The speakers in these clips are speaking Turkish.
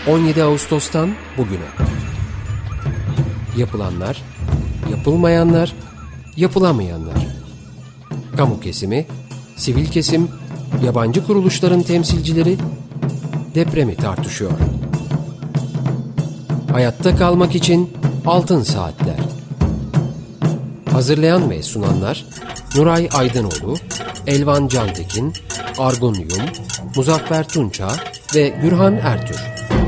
17 Ağustos'tan bugüne. Yapılanlar, yapılmayanlar, yapılamayanlar. Kamu kesimi, sivil kesim, yabancı kuruluşların temsilcileri depremi tartışıyor. Hayatta kalmak için altın saatler. Hazırlayan ve sunanlar Nuray Aydınoğlu, Elvan Cantekin, Argun Yum, Muzaffer Tunça ve Gürhan Ertür.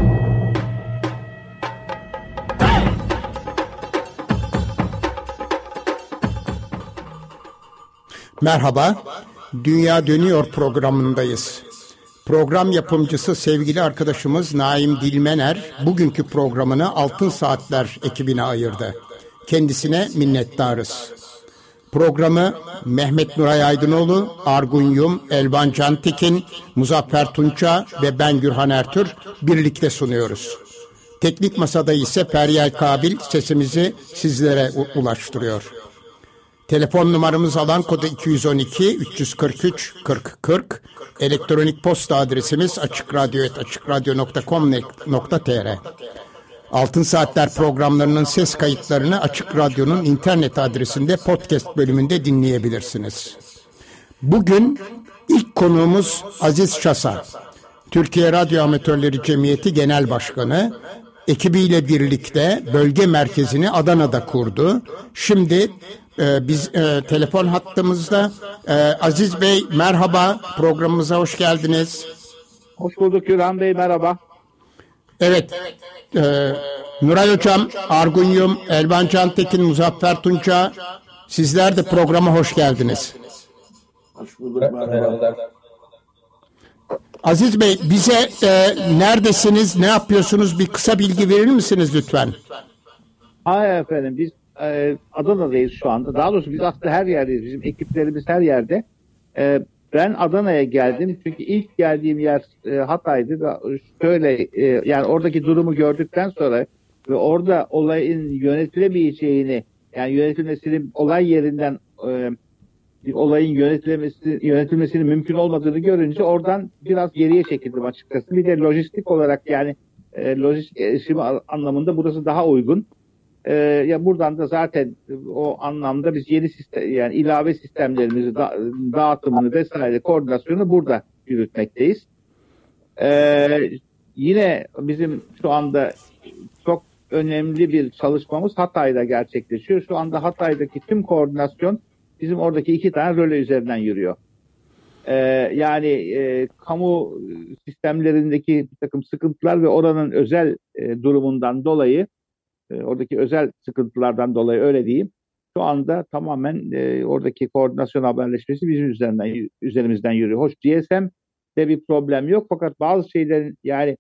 Merhaba, Dünya Dönüyor programındayız. Program yapımcısı sevgili arkadaşımız Naim Dilmener bugünkü programını Altın Saatler ekibine ayırdı. Kendisine minnettarız. Programı Mehmet Nuray Aydınoğlu, Argun Yum, Elvan Cantekin, Muzaffer Tunça ve ben Gürhan Ertür birlikte sunuyoruz. Teknik masada ise Feryal Kabil sesimizi sizlere ulaştırıyor. Telefon numaramız alan kodu 212 343 40 40. Elektronik posta adresimiz açıkradyo@açıkradyo.com.tr. Altın Saatler programlarının ses kayıtlarını Açık Radyo'nun internet adresinde podcast bölümünde dinleyebilirsiniz. Bugün ilk konuğumuz Aziz Şasa. Türkiye Radyo Amatörleri Cemiyeti Genel Başkanı. Ekibiyle birlikte bölge merkezini Adana'da kurdu. Şimdi biz telefon hattımızda. Aziz Bey merhaba, programımıza hoş geldiniz. Hoş bulduk Gürhan Bey, merhaba. Evet, Nuray Hocam, Argun Yum, Elvan Cantekin, Muzaffer Tunça, sizler de programa hoş geldiniz. Hoş bulduk, merhaba. Aziz Bey, bize neredesiniz, ne yapıyorsunuz, bir kısa bilgi verir misiniz lütfen? Hayır efendim, biz Adana'dayız şu anda. Daha doğrusu biz aslında her yerdeyiz. Bizim ekiplerimiz her yerde. Ben Adana'ya geldim. Çünkü ilk geldiğim yer Hatay'dı. Ve şöyle yani oradaki durumu gördükten sonra ve orada olayın yönetilemeyeceğini, yani yönetilmesinin olay yerinden olayın yönetilmesinin mümkün olmadığını görünce oradan biraz geriye çekildim açıkçası. Bir de lojistik olarak yani lojistik erişimi anlamında burası daha uygun. Ya buradan da zaten o anlamda biz yeni sistem, yani ilave sistemlerimizi dağıtımını vesaire koordinasyonu burada yürütmekteyiz. Yine bizim şu anda çok önemli bir çalışmamız Hatay'da gerçekleşiyor. Şu anda Hatay'daki tüm koordinasyon bizim oradaki 2 tane röle üzerinden yürüyor. Yani kamu sistemlerindeki bir takım sıkıntılar ve oranın özel durumundan dolayı, oradaki özel sıkıntılardan dolayı öyle diyeyim. Şu anda tamamen oradaki koordinasyon haberleşmesi bizim üzerimizden yürüyor. Hoş GSM'de bir problem yok fakat bazı şeylerin yani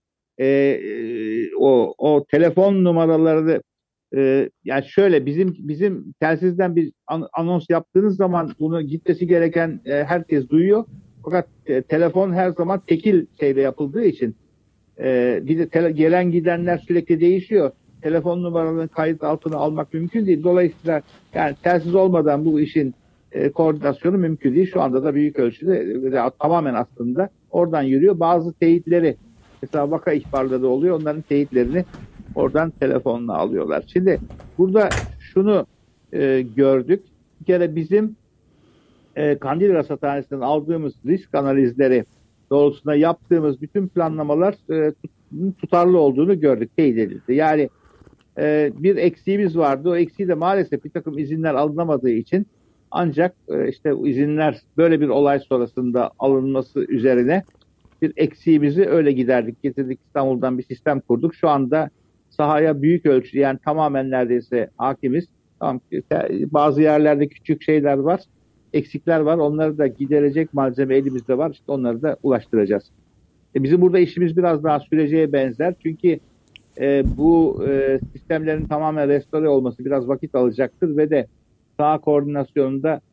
o telefon numaraları yani şöyle bizim telsizden bir anons yaptığınız zaman bunu gitmesi gereken herkes duyuyor. Fakat telefon her zaman tekil şeyle yapıldığı için bir de gelen gidenler sürekli değişiyor. Telefon numaralarının kayıt altına almak mümkün değil. Dolayısıyla yani telsiz olmadan bu işin koordinasyonu mümkün değil. Şu anda da büyük ölçüde tamamen aslında oradan yürüyor. Bazı teyitleri, mesela vaka ihbarları oluyor. Onların teyitlerini oradan telefonla alıyorlar. Şimdi burada şunu gördük. Bir kere bizim Kandil Rasathanesi'nden aldığımız risk analizleri doğrultusunda yaptığımız bütün planlamalar tutarlı olduğunu gördük, teyit edildi. Yani bir eksiğimiz vardı. O eksiği de maalesef bir takım izinler alınamadığı için ancak işte izinler böyle bir olay sonrasında alınması üzerine bir eksiğimizi öyle getirdik, İstanbul'dan bir sistem kurduk. Şu anda sahaya büyük ölçüde, yani tamamen neredeyse hakimiz. Tamam, bazı yerlerde küçük şeyler var, eksikler var. Onları da giderecek malzeme elimizde var. İşte onları da ulaştıracağız. Bizim burada işimiz biraz daha süreceğe benzer. Çünkü bu sistemlerin tamamen restore olması biraz vakit alacaktır ve de saha koordinasyonunda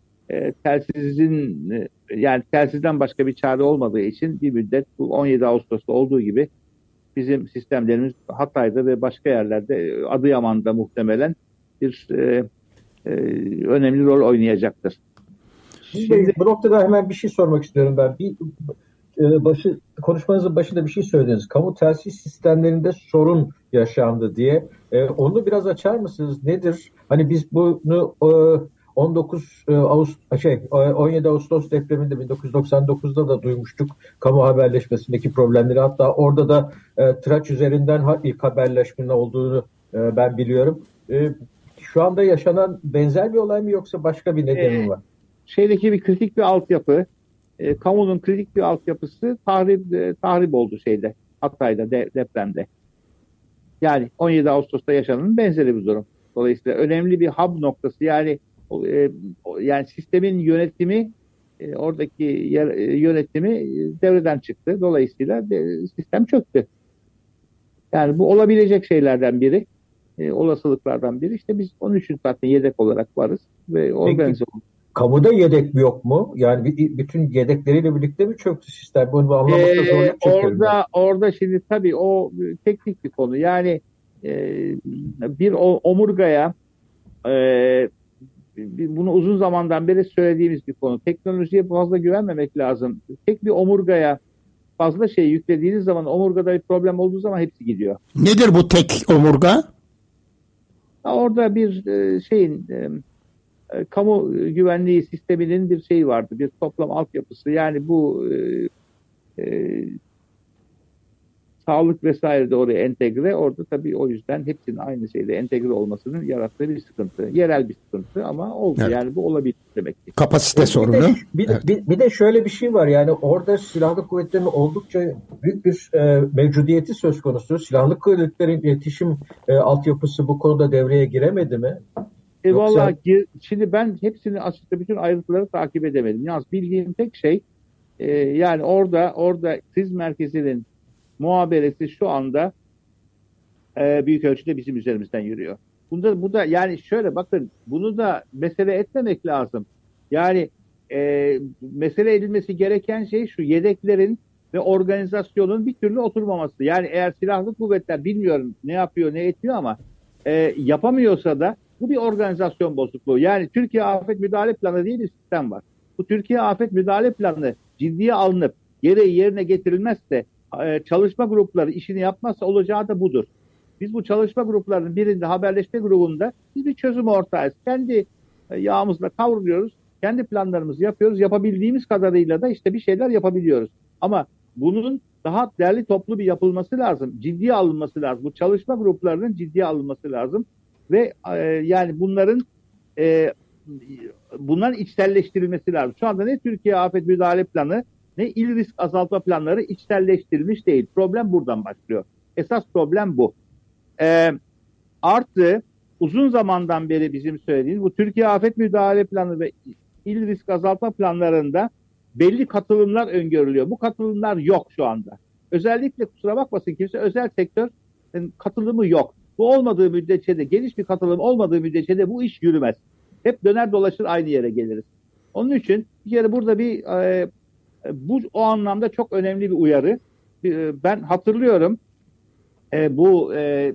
yani telsizden başka bir çare olmadığı için bir müddet bu 17 Ağustos'ta olduğu gibi bizim sistemlerimiz Hatay'da ve başka yerlerde, Adıyaman'da muhtemelen bir önemli rol oynayacaktır. Şimdi bu noktada hemen bir şey sormak istiyorum ben. konuşmanızın başında bir şey söylediniz. Kamu telsiz sistemlerinde sorun yaşandı diye. Onu biraz açar mısınız? Nedir? Hani biz bunu 17 Ağustos depreminde 1999'da da duymuştuk kamu haberleşmesindeki problemleri. Hatta orada da Tıraç üzerinden ilk haberleşmenin olduğunu ben biliyorum. Şu anda yaşanan benzer bir olay mı yoksa başka bir nedeni mi var? Şeydeki bir kritik bir altyapı, kamunun kritik bir altyapısı tahrip oldu Hatay'da depremde. Yani 17 Ağustos'ta yaşanan benzeri bir durum. Dolayısıyla önemli bir hub noktası, yani sistemin yönetimi, oradaki yönetimi devreden çıktı. Dolayısıyla sistem çöktü. Yani bu olabilecek şeylerden biri, olasılıklardan biri. İşte biz onun için zaten yedek olarak varız ve organize olduk. Kamuda yedek yok mu? Yani bütün yedekleriyle birlikte mi çöktü sistem? Bunu anlamakta zorluk çekiyorum. Orada şimdi tabii o teknik bir konu. Yani bir omurgaya, bunu uzun zamandan beri söylediğimiz bir konu. Teknolojiye fazla güvenmemek lazım. Tek bir omurgaya fazla şey yüklediğiniz zaman, omurgada bir problem olduğu zaman hepsi gidiyor. Nedir bu tek omurga? Orada bir kamu güvenliği sisteminin bir şeyi vardı. Bir toplam altyapısı. Yani bu sağlık vesaire de oraya entegre. Orada tabii o yüzden hepsinin aynı şeyde entegre olmasının yarattığı bir sıkıntı. Yerel bir sıkıntı ama oldu. Evet. Yani bu olabilir demek ki. Kapasite sorunu. Bir de şöyle bir şey var. Yani orada silahlı kuvvetlerin oldukça büyük bir mevcudiyeti söz konusu. Silahlı kuvvetlerin iletişim altyapısı bu konuda devreye giremedi mi? Vallahi şimdi ben hepsini açıkça bütün ayrıntıları takip edemedim. Yalnız bildiğim tek şey yani orada kriz merkezinin muhaberesi şu anda büyük ölçüde bizim üzerimizden yürüyor. Bu da yani şöyle bakın, bunu da mesele etmemek lazım. Yani mesele edilmesi gereken şey şu: yedeklerin ve organizasyonun bir türlü oturmaması. Yani eğer silahlı kuvvetler, bilmiyorum ne yapıyor ne etmiyor ama yapamıyorsa da bu bir organizasyon bozukluğu. Yani Türkiye Afet Müdahale Planı diye bir sistem var. Bu Türkiye Afet Müdahale Planı ciddiye alınıp gereği yerine getirilmezse, çalışma grupları işini yapmazsa olacağı da budur. Biz bu çalışma gruplarının birinde, haberleşme grubunda biz bir çözüm ortağıyız. Kendi yağımızla kavruluyoruz. Kendi planlarımızı yapıyoruz. Yapabildiğimiz kadarıyla da işte bir şeyler yapabiliyoruz. Ama bunun daha değerli toplu bir yapılması lazım. Ciddiye alınması lazım. Bu çalışma gruplarının ciddiye alınması lazım. Ve yani bunların içselleştirilmesi lazım. Şu anda ne Türkiye Afet Müdahale Planı ne il risk azaltma planları içselleştirilmiş değil. Problem buradan başlıyor. Esas problem bu. Artı uzun zamandan beri bizim söylediğimiz bu Türkiye Afet Müdahale Planı ve il risk azaltma planlarında belli katılımlar öngörülüyor. Bu katılımlar yok şu anda. Özellikle kusura bakmasın kimse, özel sektör katılımı yok. Bu olmadığı müddetçe de, geniş bir katılım olmadığı müddetçe de bu iş yürümez. Hep döner dolaşır aynı yere geliriz. Onun için bir kere burada bu o anlamda çok önemli bir uyarı. Ben hatırlıyorum bu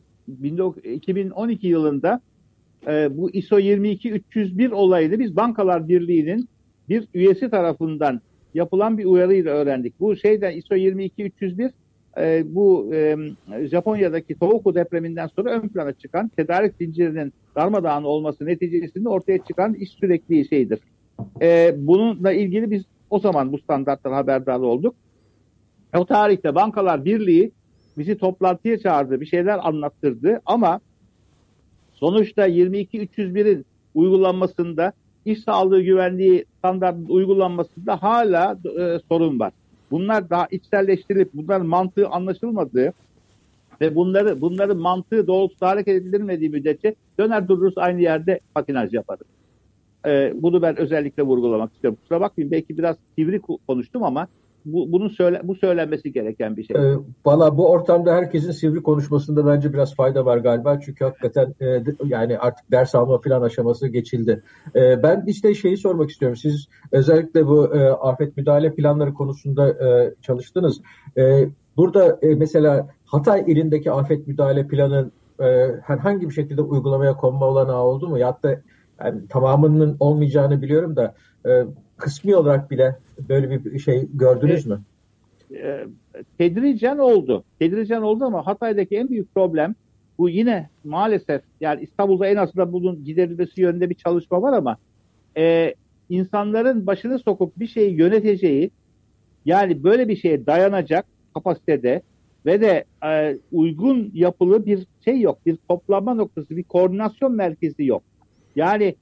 2012 yılında bu ISO 22301 olayını biz Bankalar Birliği'nin bir üyesi tarafından yapılan bir uyarıyla öğrendik. Bu ISO 22301 bu Japonya'daki Tohoku depreminden sonra ön plana çıkan, tedarik zincirinin darmadağın olması neticesinde ortaya çıkan iş sürekli şeydir. Bununla ilgili biz o zaman bu standarttan haberdar olduk. O tarihte Bankalar Birliği bizi toplantıya çağırdı, bir şeyler anlattırdı ama sonuçta 22301'in uygulanmasında, iş sağlığı güvenliği standartının uygulanmasında hala sorun var. Bunlar daha içselleştirilip bunların mantığı anlaşılmadığı ve bunların mantığı doğrultusunda hareket edilmediği müddetçe döner dururuz aynı yerde patinaj yaparız. Bunu ben özellikle vurgulamak istiyorum. Kusura bakmayın, belki biraz sivri konuştum ama bu söylenmesi gereken bir şey. Valla bu ortamda herkesin sivri konuşmasında bence biraz fayda var galiba. Çünkü hakikaten yani artık ders alma falan aşaması geçildi. Ben işte şeyi sormak istiyorum. Siz özellikle bu afet müdahale planları konusunda çalıştınız. Burada mesela Hatay ilindeki afet müdahale planı herhangi bir şekilde uygulamaya konma olanağı oldu mu? Ya da yani tamamının olmayacağını biliyorum da kısmi olarak bile böyle bir şey gördünüz mü? tedricen oldu. Tedricen oldu ama Hatay'daki en büyük problem bu yine maalesef, yani İstanbul'da en azından bunun giderilmesi yönünde bir çalışma var ama insanların başını sokup bir şeyi yöneteceği, yani böyle bir şeye dayanacak kapasitede ve de uygun yapılı bir şey yok. Bir toplanma noktası, bir koordinasyon merkezi yok. Yani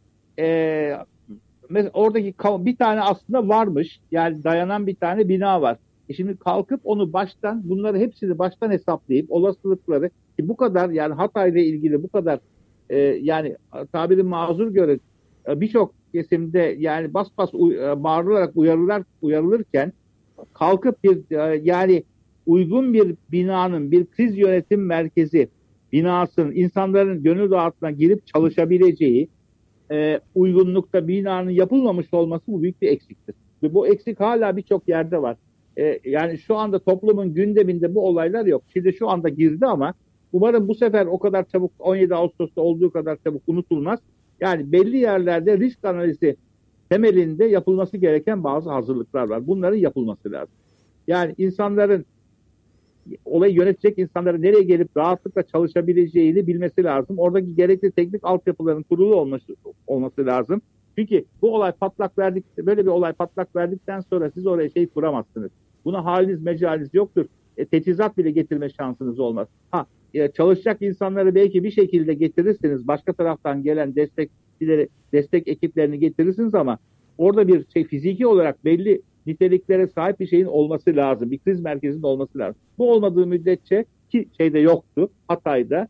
oradaki bir tane aslında varmış. Yani dayanan bir tane bina var. Şimdi kalkıp onu baştan, bunları hepsini baştan hesaplayıp olasılıkları, ki bu kadar, yani Hatay'la ilgili bu kadar yani tabiri mazur görün, birçok kesimde yani bas bas bağırılarak uyarılırken kalkıp yani uygun bir binanın, bir kriz yönetim merkezi binasının insanların gönül rahatlığına girip çalışabileceği uygunlukta binanın yapılmamış olması bu büyük bir eksiktir. Ve bu eksik hala birçok yerde var. Yani şu anda toplumun gündeminde bu olaylar yok. Şimdi şu anda girdi ama umarım bu sefer o kadar çabuk, 17 Ağustos'ta olduğu kadar çabuk unutulmaz. Yani belli yerlerde risk analizi temelinde yapılması gereken bazı hazırlıklar var. Bunların yapılması lazım. Yani insanların, olayı yönetecek insanların nereye gelip rahatlıkla çalışabileceğini bilmesi lazım. Oradaki gerekli teknik altyapıların kurulu olması lazım. Çünkü bu olay böyle bir olay patlak verdikten sonra siz oraya şey kuramazsınız. Buna haliniz mecaliniz yoktur. Teçhizat bile getirme şansınız olmaz. Çalışacak insanları belki bir şekilde getirirsiniz. Başka taraftan gelen destek ekiplerini getirirsiniz ama orada bir fiziki olarak belli niteliklere sahip bir şeyin olması lazım. Bir kriz merkezinin olması lazım. Bu olmadığı müddetçe, ki şeyde yoktu, Hatay'da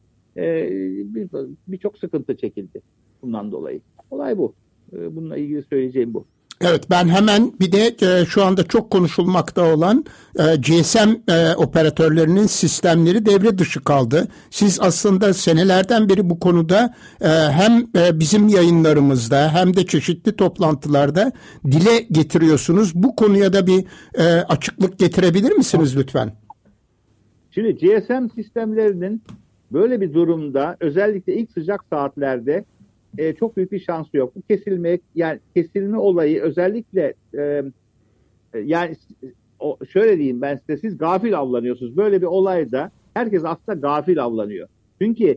birçok sıkıntı çekildi bundan dolayı. Olay bu. Bununla ilgili söyleyeceğim bu. Evet, ben hemen bir de şu anda çok konuşulmakta olan GSM operatörlerinin sistemleri devre dışı kaldı. Siz aslında senelerden beri bu konuda hem bizim yayınlarımızda hem de çeşitli toplantılarda dile getiriyorsunuz. Bu konuya da bir açıklık getirebilir misiniz lütfen? Şimdi GSM sistemlerinin böyle bir durumda, özellikle ilk sıcak saatlerde çok büyük bir şansı yok. Bu kesilme olayı özellikle yani şöyle diyeyim ben size, siz gafil avlanıyorsunuz. Böyle bir olayda herkes aslında gafil avlanıyor. Çünkü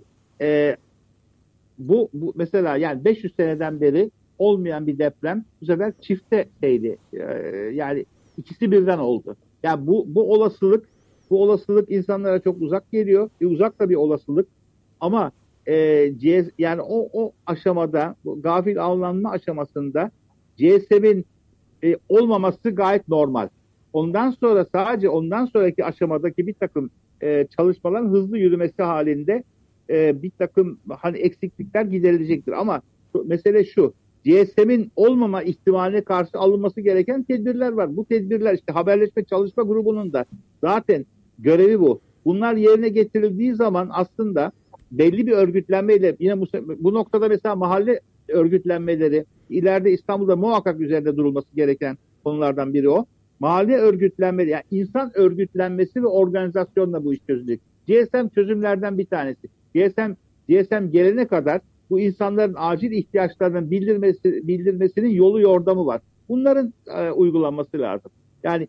bu mesela yani 500 seneden beri olmayan bir deprem bu sefer çifte şeydi. Yani ikisi birden oldu. Yani bu olasılık insanlara çok uzak geliyor. Uzak da bir olasılık ama yani o aşamada, bu gafil avlanma aşamasında GSM'in olmaması gayet normal. Ondan sonraki aşamadaki bir takım çalışmaların hızlı yürümesi halinde bir takım hani eksiklikler giderilecektir. Ama mesele şu: GSM'in olmama ihtimaline karşı alınması gereken tedbirler var. Bu tedbirler işte haberleşme çalışma grubunun da zaten görevi bu. Bunlar yerine getirildiği zaman aslında belli bir örgütlenmeyle, yine bu noktada mesela mahalle örgütlenmeleri, ileride İstanbul'da muhakkak üzerinde durulması gereken konulardan biri o. Mahalle örgütlenmeleri, yani insan örgütlenmesi ve organizasyonla bu iş çözülecek. GSM çözümlerden bir tanesi. GSM gelene kadar bu insanların acil ihtiyaçlarının bildirmesinin yolu yordamı var. Bunların uygulanması lazım. Yani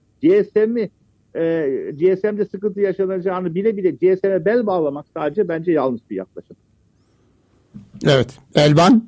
GSM'de sıkıntı yaşanacağını bile bile GSM'e bel bağlamak sadece bence yanlış bir yaklaşım. Evet. Elvan?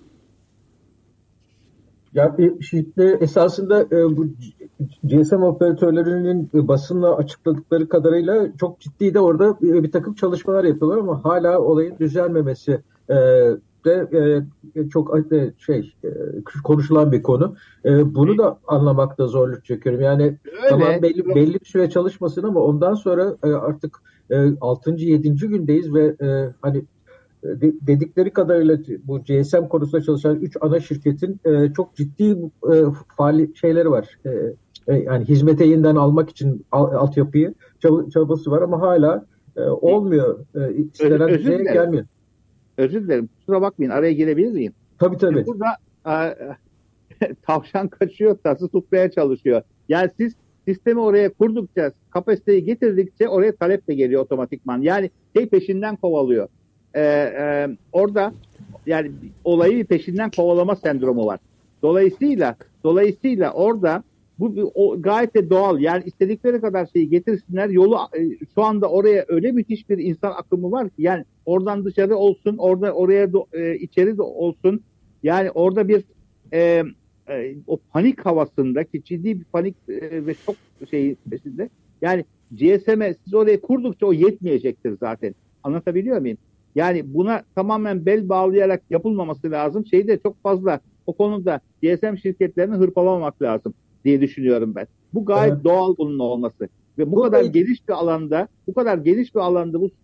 Ya şimdi esasında bu GSM operatörlerinin basınla açıkladıkları kadarıyla çok ciddi de orada bir takım çalışmalar yapıyorlar ama hala olayın düzelmemesi de çok konuşulan bir konu. Bunu da anlamakta zorluk çekiyorum. Yani öyle, tamam belli bir süre çalışmasın ama ondan sonra artık 6. 7. gündeyiz ve hani dedikleri kadarıyla bu GSM konusunda çalışan 3 ana şirketin çok ciddi şeyleri var. Yani hizmete yeniden almak için altyapıyı çabası var ama hala olmuyor. İstenen düzeye gelmiyor. Özür dilerim. Kusura bakmayın. Araya girebilir miyim? Tabii. Burada tavşan kaçıyor, tası tutmaya çalışıyor. Yani siz sistemi oraya kurdukça, kapasiteyi getirdikçe oraya talep de geliyor otomatikman. Yani peşinden kovalıyor. Orada yani olayı peşinden kovalama sendromu var. Dolayısıyla orada o gayet de doğal. Yani istedikleri kadar şeyi getirsinler. Yolu şu anda oraya öyle müthiş bir insan akımı var ki, yani oradan dışarı olsun, oraya içeri de olsun. Yani orada bir o panik havasındaki ciddi bir panik ve şok şeyi peşinde. Yani GSM'e siz oraya kurdukça o yetmeyecektir zaten. Anlatabiliyor muyum? Yani buna tamamen bel bağlayarak yapılmaması lazım. Şey de çok fazla o konuda GSM şirketlerini hırpalamamak lazım diye düşünüyorum ben. Bu gayet doğal bunun olması. Ve bu kadar geniş bir alanda bu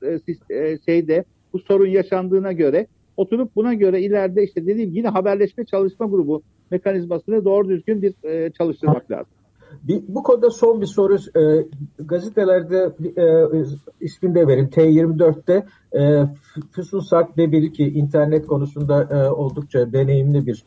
bu sorun yaşandığına göre oturup buna göre ileride işte dediğim yine haberleşme çalışma grubu mekanizmasını doğru düzgün bir çalıştırmak lazım. Bu konuda son bir soru. Gazetelerde ismini de vereyim. T24'te Füsun Sarp-Debil ki internet konusunda oldukça deneyimli bir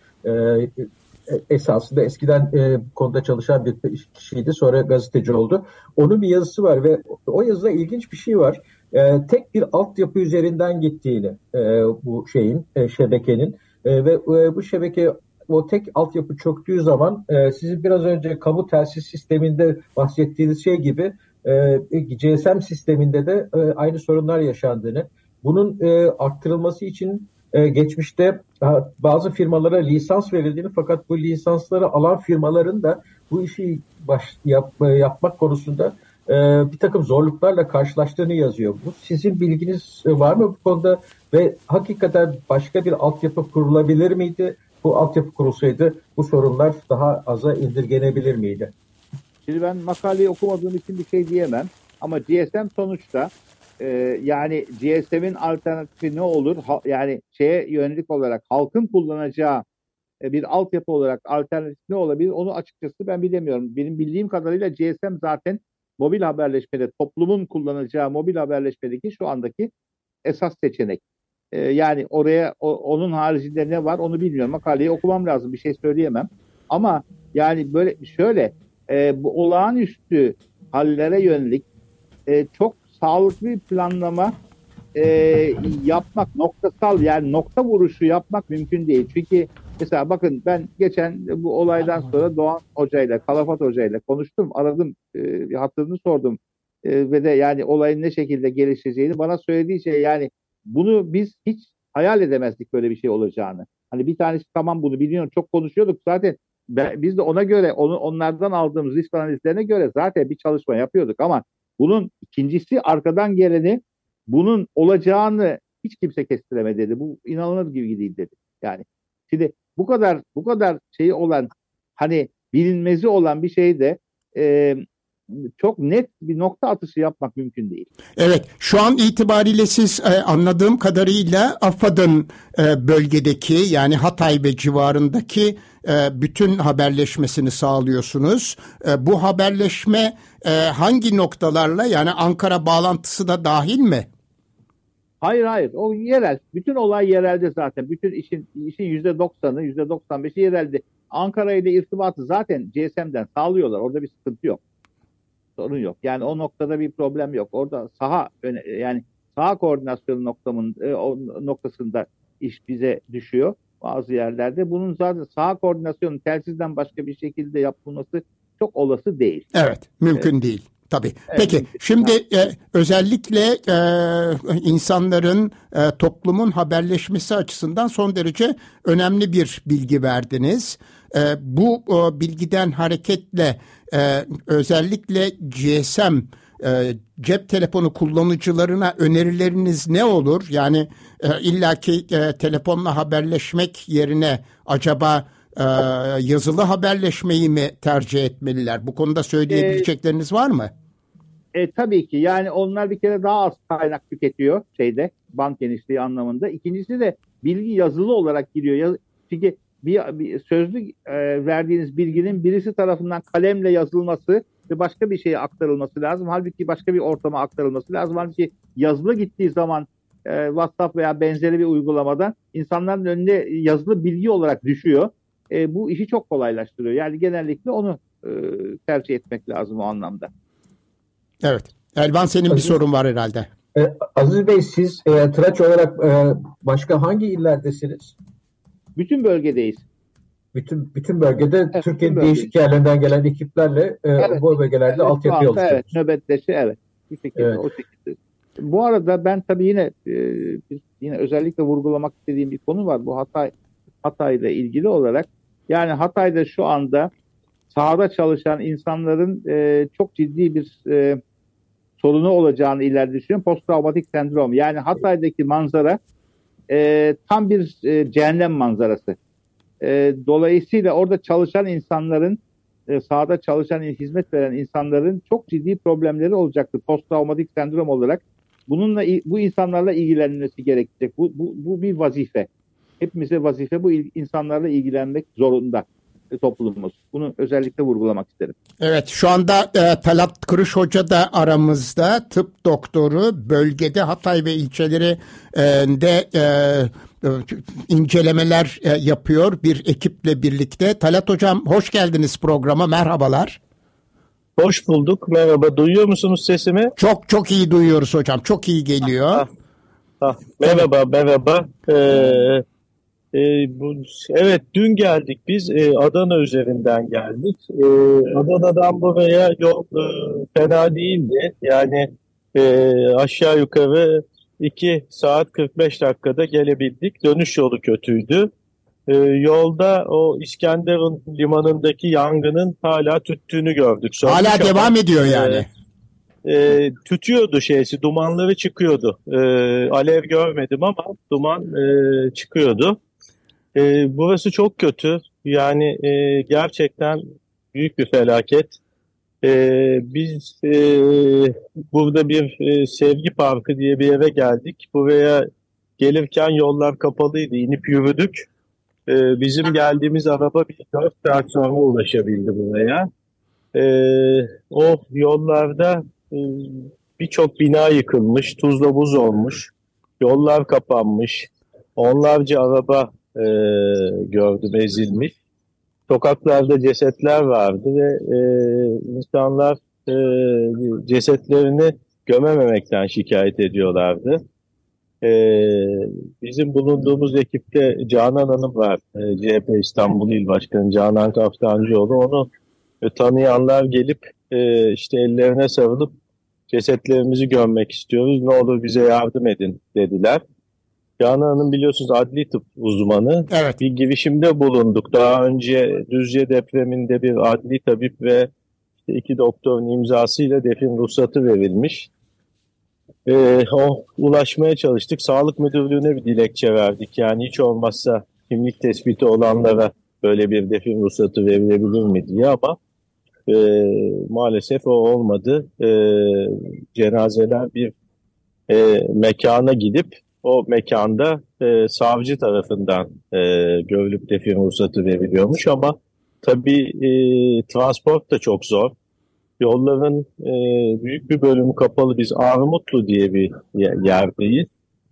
esasında eskiden konuda çalışan bir kişiydi. Sonra gazeteci oldu. Onun bir yazısı var ve o yazıda ilginç bir şey var. Tek bir altyapı üzerinden gittiğini bu şebekenin ve bu şebeke o tek altyapı çöktüğü zaman sizin biraz önce kamu telsiz sisteminde bahsettiğiniz şey gibi GSM sisteminde de aynı sorunlar yaşandığını, bunun arttırılması için geçmişte bazı firmalara lisans verildiğini fakat bu lisansları alan firmaların da bu işi yapmak konusunda bir takım zorluklarla karşılaştığını yazıyor. Bu sizin bilginiz var mı bu konuda ve hakikaten başka bir altyapı kurulabilir miydi? Bu altyapı kurulsaydı bu sorunlar daha aza indirgenebilir miydi? Şimdi ben makaleyi okumadığım için bir şey diyemem. Ama GSM sonuçta yani GSM'in alternatifi ne olur? Yani şeye yönelik olarak halkın kullanacağı bir altyapı olarak alternatif ne olabilir? Onu açıkçası ben bilemiyorum. Benim bildiğim kadarıyla GSM zaten mobil haberleşmede, toplumun kullanacağı mobil haberleşmedeki şu andaki esas seçenek. Yani oraya onun haricinde ne var onu bilmiyorum. Makaleyi okumam lazım. Bir şey söyleyemem. Ama yani böyle şöyle bu olağanüstü hallere yönelik çok sağlıklı bir planlama yapmak, noktasal yani nokta vuruşu yapmak mümkün değil. Çünkü mesela bakın ben geçen bu olaydan sonra Doğan Hoca'yla, Kalafat Hoca'yla konuştum. Aradım, hatırını sordum. Ve de yani olayın ne şekilde gelişeceğini bana söylediği şey yani bunu biz hiç hayal edemezdik böyle bir şey olacağını. Hani bir tanesi tamam bunu biliyorum çok konuşuyorduk zaten biz de ona göre onlardan aldığımız risk analizlerine göre zaten bir çalışma yapıyorduk ama bunun ikincisi arkadan geleni bunun olacağını hiç kimse kestiremedi dedi. Bu inanılır gibi değil dedi. Yani şimdi bu kadar şeyi olan hani bilinmezi olan bir şeyde çok net bir nokta atışı yapmak mümkün değil. Evet, şu an itibariyle siz anladığım kadarıyla AFAD'ın bölgedeki yani Hatay ve civarındaki bütün haberleşmesini sağlıyorsunuz. Bu haberleşme hangi noktalarla yani Ankara bağlantısı da dahil mi? Hayır. O yerel. Bütün olay yerelde zaten. Bütün işin %90'ı, %95'i yerelde. Ankara ile irtibatı zaten GSM'den sağlıyorlar. Orada bir sıkıntı yok. Sorun yok. Yani o noktada bir problem yok. Orada saha koordinasyonu noktasında iş bize düşüyor bazı yerlerde. Bunun zaten saha koordinasyonu telsizden başka bir şekilde yapılması çok olası değil. Evet, mümkün değil. Tabii. Evet. Peki, şimdi özellikle insanların, toplumun haberleşmesi açısından son derece önemli bir bilgi verdiniz. Bu bilgiden hareketle özellikle GSM, cep telefonu kullanıcılarına önerileriniz ne olur? Yani illaki telefonla haberleşmek yerine acaba yazılı haberleşmeyi mi tercih etmeliler? Bu konuda söyleyebilecekleriniz var mı? Tabii ki. Yani onlar bir kere daha az kaynak tüketiyor band genişliği anlamında. İkincisi de bilgi yazılı olarak giriyor. Çünkü bir sözlü verdiğiniz bilginin birisi tarafından kalemle yazılması ve başka bir şeye aktarılması lazım. Halbuki başka bir ortama aktarılması lazım. Halbuki yazılı gittiği zaman WhatsApp veya benzeri bir uygulamadan insanların önüne yazılı bilgi olarak düşüyor. Bu işi çok kolaylaştırıyor. Yani genellikle onu tercih etmek lazım o anlamda. Evet. Elvan senin bir sorun var herhalde. Aziz Bey siz tıraç olarak başka hangi illerdesiniz? Bütün bölgedeyiz. Bütün bölgede Evet, Türkiye'nin bütün değişik yerlerinden gelen ekiplerle Evet, bu bölgelerde evet, şu altyapıyı anda evet, oluşturuyoruz. nöbetleşi evet. Bir şekilde Evet. o şekilde. Bu arada ben tabii yine özellikle vurgulamak istediğim bir konu var. Bu Hatay'la ilgili olarak. Yani Hatay'da şu anda sahada çalışan insanların çok ciddi bir sorunu olacağını ileride düşünüyorum. Posttraumatik sendrom. Yani Hatay'daki manzara tam bir cehennem manzarası. Dolayısıyla orada çalışan insanların, sahada çalışan, hizmet veren insanların çok ciddi problemleri olacaktır posttraumatik sendrom olarak. Bu insanlarla ilgilenmesi gerekecek. Bu bir vazife. Hepimize vazife, bu insanlarla ilgilenmek zorunda toplumumuz. Bunu özellikle vurgulamak isterim. Evet, şu anda Talat Kırış Hoca da aramızda, tıp doktoru, bölgede Hatay ve ilçeleri de incelemeler yapıyor bir ekiple birlikte. Talat Hocam, hoş geldiniz programa, merhabalar. Hoş bulduk, merhaba. Duyuyor musunuz sesimi? Çok çok iyi duyuyoruz hocam, çok iyi geliyor. Merhaba. Evet, dün geldik biz, Adana üzerinden geldik. Adana'dan buraya yol fena değildi. Yani aşağı yukarı 2 saat 45 dakikada gelebildik. Dönüş yolu kötüydü. Yolda o İskenderun limanındaki yangının hala tüttüğünü gördük. Hala devam ediyor yani. Tütüyordu dumanları çıkıyordu. Alev görmedim ama duman çıkıyordu. Burası çok kötü. Yani gerçekten büyük bir felaket. Biz burada bir sevgi parkı diye bir yere geldik. Buraya gelirken yollar kapalıydı. İnip yürüdük. Bizim geldiğimiz araba bir 4 saat sonra ulaşabildi buraya. O yollarda birçok bina yıkılmış, tuzla buz olmuş, yollar kapanmış, onlarca araba gördüm ezilmiş. Sokaklarda cesetler vardı ve insanlar cesetlerini gömememekten şikayet ediyorlardı. Bizim bulunduğumuz ekipte Canan Hanım var, CHP İstanbul İl Başkanı Canan Kaftancıoğlu. Onu tanıyanlar gelip işte ellerine sarılıp cesetlerimizi gömmek istiyoruz, ne olur bize yardım edin dediler. Canan Hanım biliyorsunuz adli tıp uzmanı. Evet. Bir girişimde bulunduk. Daha önce Düzce depreminde bir adli tabip ve 2 doktorun imzasıyla defin ruhsatı verilmiş. Ulaşmaya çalıştık. Sağlık Müdürlüğü'ne bir dilekçe verdik. Yani hiç olmazsa kimlik tespiti olanlara böyle bir defin ruhsatı verilebilir mi diye, ama maalesef o olmadı. Cenazeler bir mekana gidip o mekanda savcı tarafından görülüp defin ruhsatı veriliyormuş, ama tabii transport da çok zor. Yolların büyük bir bölümü kapalı. Biz Armutlu diye bir yerdeyiz.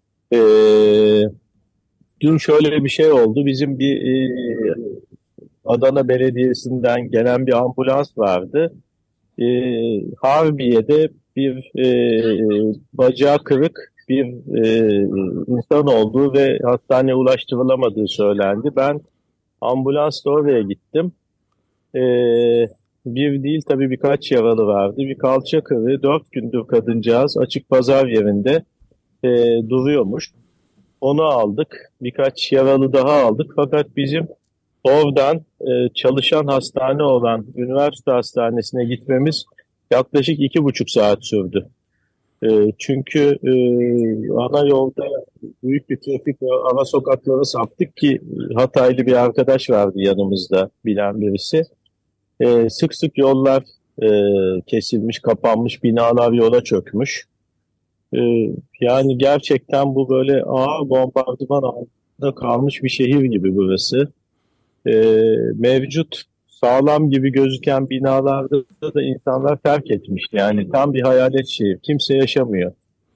Dün şöyle bir şey oldu. Bizim bir Adana Belediyesi'nden gelen bir ambulans vardı. Harbiye'de bir bacağı kırık bir insan olduğu ve hastaneye ulaştırılamadığı söylendi. Ben ambulansla oraya gittim. Bir değil tabii birkaç yaralı vardı. Bir kalça kırığı, 4 gündür kadıncağız açık pazar yerinde duruyormuş. Onu aldık. Birkaç yaralı daha aldık. Fakat bizim oradan çalışan hastane olan üniversite hastanesine gitmemiz yaklaşık 2,5 saat sürdü. Çünkü ana yolda büyük bir trafik ve ara sokaklara saptık ki Hataylı bir arkadaş vardı yanımızda, bilen birisi. Sık sık yollar kesilmiş, kapanmış, binalar yola çökmüş. Yani gerçekten bu böyle ağır bombardıman altında kalmış bir şehir gibi burası. Mevcut sağlam gibi gözüken binalarda da insanlar terk etmiş. Yani tam bir hayalet şehir. Kimse yaşamıyor.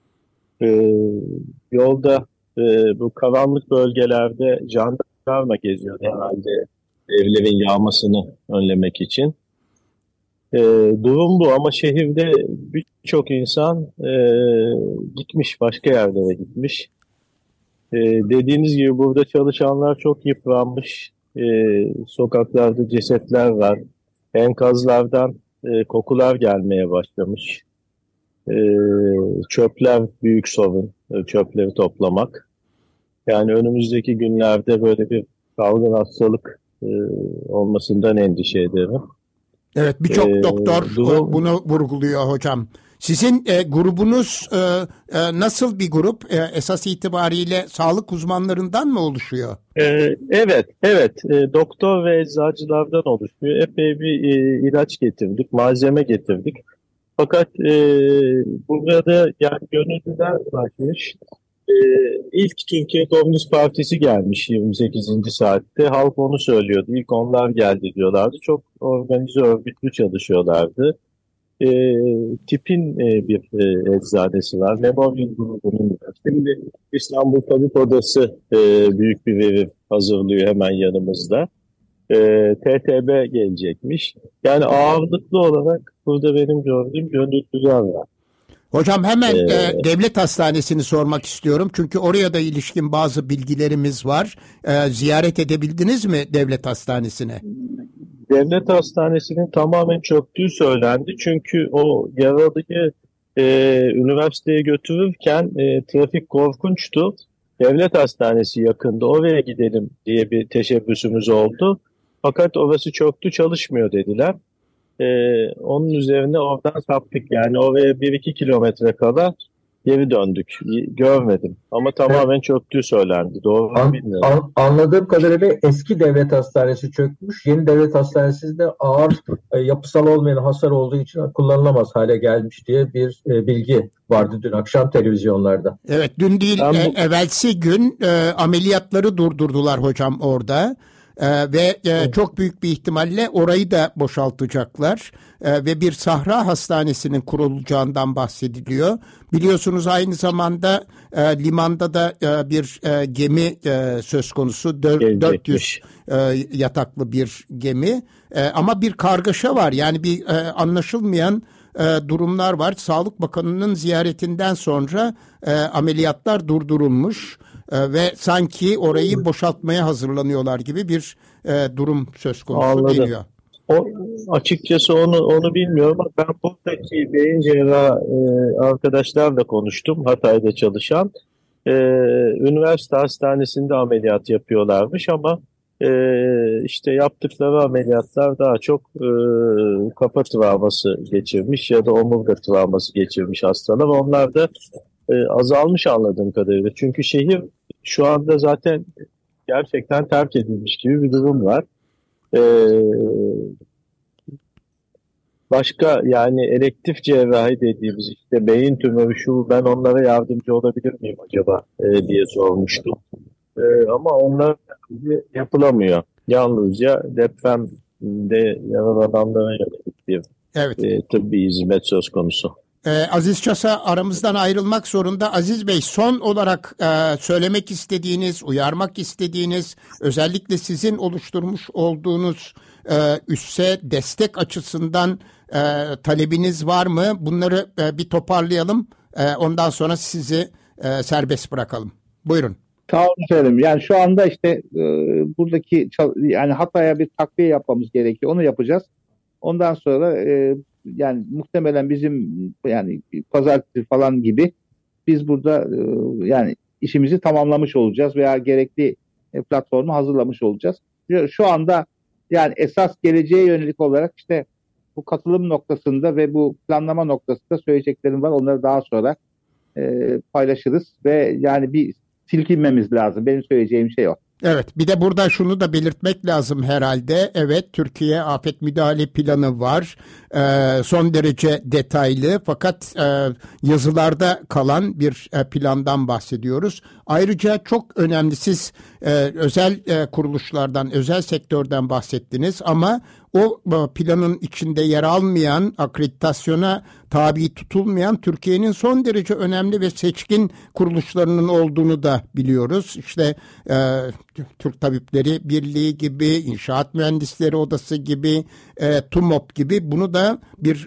Yolda bu karanlık bölgelerde jandarma geziyor herhalde evlerin yağmasını önlemek için. Durum bu, ama şehirde birçok insan gitmiş, başka yerlere gitmiş. Dediğiniz gibi burada çalışanlar çok yıpranmış. Sokaklarda cesetler var. Enkazlardan kokular gelmeye başlamış. Çöpler büyük sorun. Çöpleri toplamak. Yani önümüzdeki günlerde böyle bir salgın hastalık olmasından endişe ederim. Evet, birçok doktor bunu vurguluyor hocam. Sizin grubunuz nasıl bir grup? Esas itibariyle sağlık uzmanlarından mı oluşuyor? Evet. Doktor ve eczacılardan oluşuyor. Epey bir ilaç getirdik, malzeme getirdik. Fakat burada yani gönüllüler başlamış. İlk Türkiye Komünist Partisi gelmiş 28. saatte. Halk onu söylüyordu. İlk onlar geldi diyorlardı. Çok organize, örgütlü çalışıyorlardı. Tip'in bir eczanesi var. Memorial grubunun var. Şimdi İstanbul Tabip Odası büyük bir veri hazırlıyor hemen yanımızda. TTB gelecekmiş. Yani ağırlıklı olarak burada benim gördüğüm gönüllüler var. Hocam hemen devlet hastanesini sormak istiyorum. Çünkü oraya da ilişkin bazı bilgilerimiz var. Ziyaret edebildiniz mi devlet hastanesine? Devlet hastanesinin tamamen çöktüğü söylendi. Çünkü o yaralıyı üniversiteye götürürken trafik korkunçtu. Devlet hastanesi yakında, oraya gidelim diye bir teşebbüsümüz oldu. Fakat orası çöktü, çalışmıyor dediler. Onun üzerine oradan saptık. Yani oraya 1-2 kilometre kala geri döndük. Görmedim. Ama tamamen çöktüğü söylendi. Doğru mu bilmiyorum. Anladığım kadarıyla eski devlet hastanesi çökmüş. Yeni devlet hastanesi de ağır yapısal olmayan hasar olduğu için kullanılamaz hale gelmiş diye bir bilgi vardı dün akşam televizyonlarda. Evet, dün değil evvelsi gün ameliyatları durdurdular hocam orada. Ve çok büyük bir ihtimalle orayı da boşaltacaklar ve bir sahra hastanesinin kurulacağından bahsediliyor. Biliyorsunuz aynı zamanda limanda da bir gemi söz konusu, 400 yataklı bir gemi ama bir kargaşa var, yani bir anlaşılmayan durumlar var. Sağlık Bakanı'nın ziyaretinden sonra ameliyatlar durdurulmuş. Ve sanki orayı boşaltmaya hazırlanıyorlar gibi bir durum söz konusu deniyor. Açıkçası onu bilmiyorum ama ben buradaki beyin cerrahı arkadaşlarla konuştum, Hatay'da çalışan. Üniversite hastanesinde ameliyat yapıyorlarmış ama işte yaptıkları ameliyatlar daha çok kafa travması geçirmiş ya da omurga travması geçirmiş hastalar. Onlar da azalmış anladığım kadarıyla. Çünkü şehir şu anda zaten gerçekten terk edilmiş gibi bir durum var. Başka yani elektif cerrahi dediğimiz işte beyin tümörü ben onlara yardımcı olabilir miyim acaba diye sormuştum. Ama onlar yapılamıyor. Yalnızca depremde yaralananlara yönelik bir tıbbi hizmet söz konusu. Aziz Çasa aramızdan ayrılmak zorunda. Aziz Bey, son olarak söylemek istediğiniz, uyarmak istediğiniz, özellikle sizin oluşturmuş olduğunuz üsse destek açısından talebiniz var mı? Bunları bir toparlayalım. Ondan sonra sizi serbest bırakalım. Buyurun. Sağ olun efendim. Yani şu anda işte buradaki yani Hatay'a bir takviye yapmamız gerekiyor. Onu yapacağız. Ondan sonra yani muhtemelen bizim yani pazartesi falan gibi biz burada yani işimizi tamamlamış olacağız veya gerekli platformu hazırlamış olacağız. Şu anda yani esas geleceğe yönelik olarak işte bu katılım noktasında ve bu planlama noktasında söyleyeceklerim var. Onları daha sonra paylaşırız ve yani bir silkinmemiz lazım. Benim söyleyeceğim şey o. Evet, bir de burada şunu da belirtmek lazım herhalde. Evet, Türkiye Afet Müdahale Planı var. Son derece detaylı fakat yazılarda kalan bir plandan bahsediyoruz. Ayrıca çok önemli, siz özel kuruluşlardan, özel sektörden bahsettiniz ama o planın içinde yer almayan, akreditasyona tabi tutulmayan Türkiye'nin son derece önemli ve seçkin kuruluşlarının olduğunu da biliyoruz. İşte Türk Tabipleri Birliği gibi, İnşaat Mühendisleri Odası gibi, TUMOP gibi, bunu da bir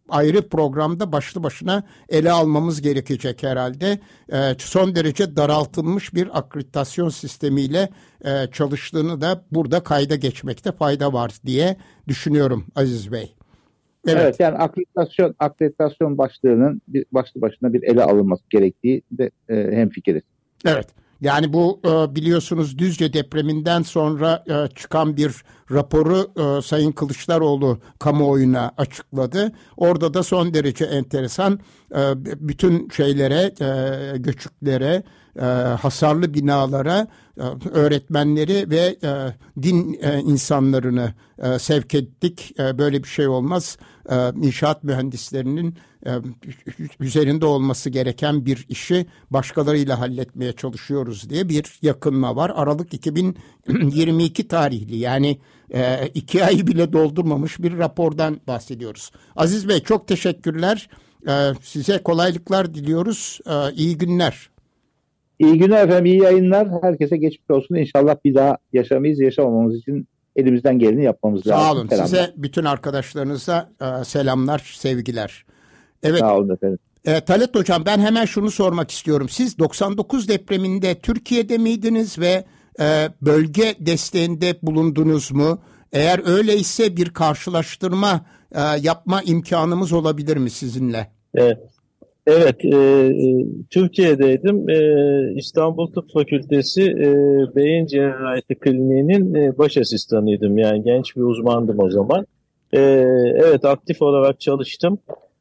ayrı programda başlı başına ele almamız gerekecek herhalde. Son derece daraltılmış bir akreditasyon sistemiyle çalıştığını da burada kayda geçmekte fayda var diye düşünüyorum Aziz Bey. Evet, yani akreditasyon başlığının başlı başına bir ele alınması gerektiği de hemfikiriz. Evet. Yani bu biliyorsunuz Düzce depreminden sonra çıkan bir raporu Sayın Kılıçdaroğlu kamuoyuna açıkladı. Orada da son derece enteresan bütün şeylere, göçüklere, hasarlı binalara öğretmenleri ve din insanlarını sevk ettik. Böyle bir şey olmaz. İnşaat mühendislerinin üzerinde olması gereken bir işi başkalarıyla halletmeye çalışıyoruz diye bir yakınma var. Aralık 2022 tarihli, yani 2 ay bile doldurmamış bir rapordan bahsediyoruz. Aziz Bey, çok teşekkürler. Size kolaylıklar diliyoruz. İyi günler. İyi günler efendim, iyi yayınlar. Herkese geçmiş olsun. İnşallah bir daha yaşamayız. Yaşamamamız için elimizden geleni yapmamız lazım. Sağ olun. Selamlar. Size, bütün arkadaşlarınıza selamlar, sevgiler. Evet. Sağ olun efendim. Talat Hocam, ben hemen şunu sormak istiyorum. Siz 99 depreminde Türkiye'de miydiniz ve bölge desteğinde bulundunuz mu? Eğer öyleyse bir karşılaştırma yapma imkanımız olabilir mi sizinle? Evet, Türkiye'deydim. İstanbul Tıp Fakültesi Beyin Cerrahisi Kliniği'nin baş asistanıydım. Yani genç bir uzmandım o zaman. Evet, aktif olarak çalıştım.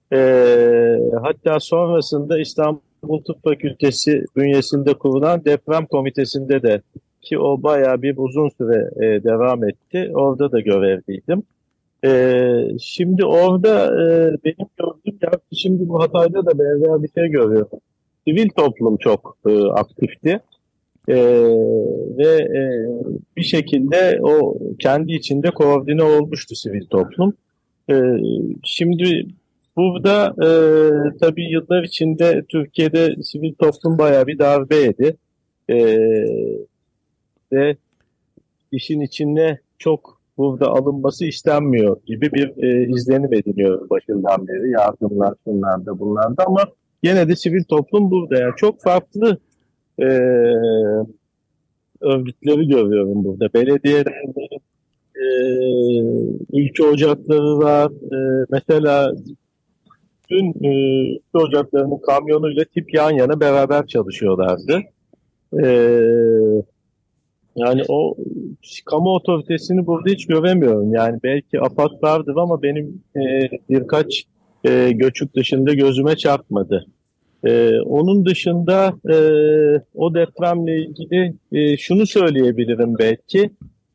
Hatta sonrasında İstanbul Tıp Fakültesi bünyesinde kurulan deprem komitesinde de, ki o bayağı bir uzun süre devam etti. Orada da görevliydim. Şimdi orada benim gördüğüm yer, şimdi bu Hatay'da da benzer bir şey görüyorum. Sivil toplum çok aktifti. Ve bir şekilde o kendi içinde koordine olmuştu sivil toplum. Şimdi burada tabii yıllar içinde Türkiye'de sivil toplum bayağı bir darbe yedi. Ve işin içine çok burada alınması istenmiyor gibi bir izlenim ediniyorum başından beri. Yardımlar, şunlar da bunlar da, ama yine de sivil toplum burada. Yani çok farklı örgütleri görüyorum burada. Belediyelerin ilçe ocakları var. Mesela dün ilçe ocaklarının kamyonuyla tip yan yana beraber çalışıyorlardı. Yani o kamu otoritesini burada hiç göremiyorum. Yani belki AFAD vardır ama benim birkaç göçük dışında gözüme çarpmadı. Onun dışında o depremle ilgili şunu söyleyebilirim belki.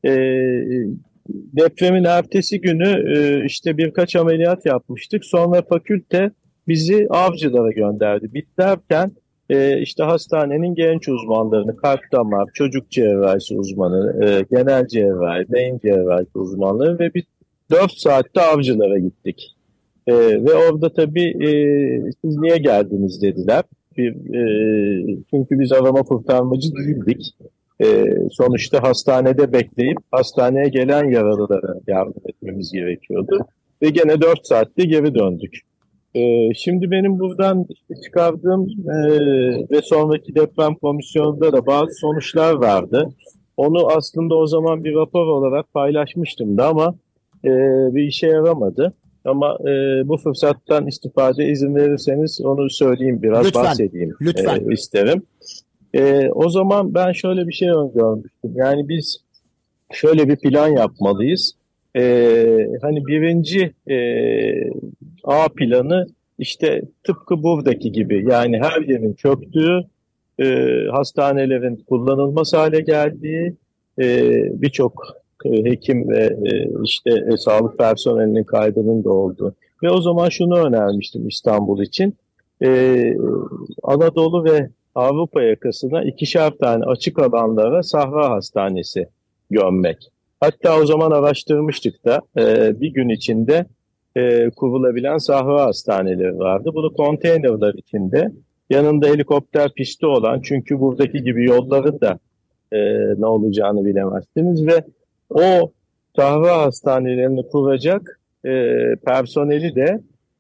Depremin ertesi günü işte birkaç ameliyat yapmıştık. Sonra fakülte bizi Avcılar'a gönderdi. Bitlerken işte hastanenin genç uzmanlarını, kalp damar, çocuk cerrahisi uzmanı, genel cerrahi, beyin cerrahisi uzmanları ve biz 4 saatte Avcılar'a gittik. Ve orada tabii siz niye geldiniz dediler. Çünkü biz arama kurtarmacı değildik. Sonuçta hastanede bekleyip hastaneye gelen yaralılara yardım etmemiz gerekiyordu. Ve gene 4 saatte geri döndük. Şimdi benim buradan işte çıkardığım ve sonraki deprem komisyonunda da bazı sonuçlar vardı. Onu aslında o zaman bir rapor olarak paylaşmıştım da ama bir işe yaramadı. Ama bu fırsattan istifade izin verirseniz onu söyleyeyim, biraz lütfen, bahsedeyim lütfen. İsterim. O zaman ben şöyle bir şey öngörmüştüm. Yani biz şöyle bir plan yapmalıyız. Hani birinci A planı işte tıpkı buradaki gibi, yani her yerin çöktüğü, hastanelerin kullanılmaz hale geldiği, birçok hekim ve işte sağlık personelinin kaybının da olduğu. Ve o zaman şunu önermiştim İstanbul için. Anadolu ve Avrupa yakasına 2'şer tane açık alanlara Sahra Hastanesi gömmek. Hatta o zaman araştırmıştık da bir gün içinde kurulabilen Sahra Hastaneleri vardı. Bunu konteynerler içinde, yanında helikopter pisti olan, çünkü buradaki gibi yolların da ne olacağını bilemezsiniz ve o Sahra Hastanelerini kuracak personeli de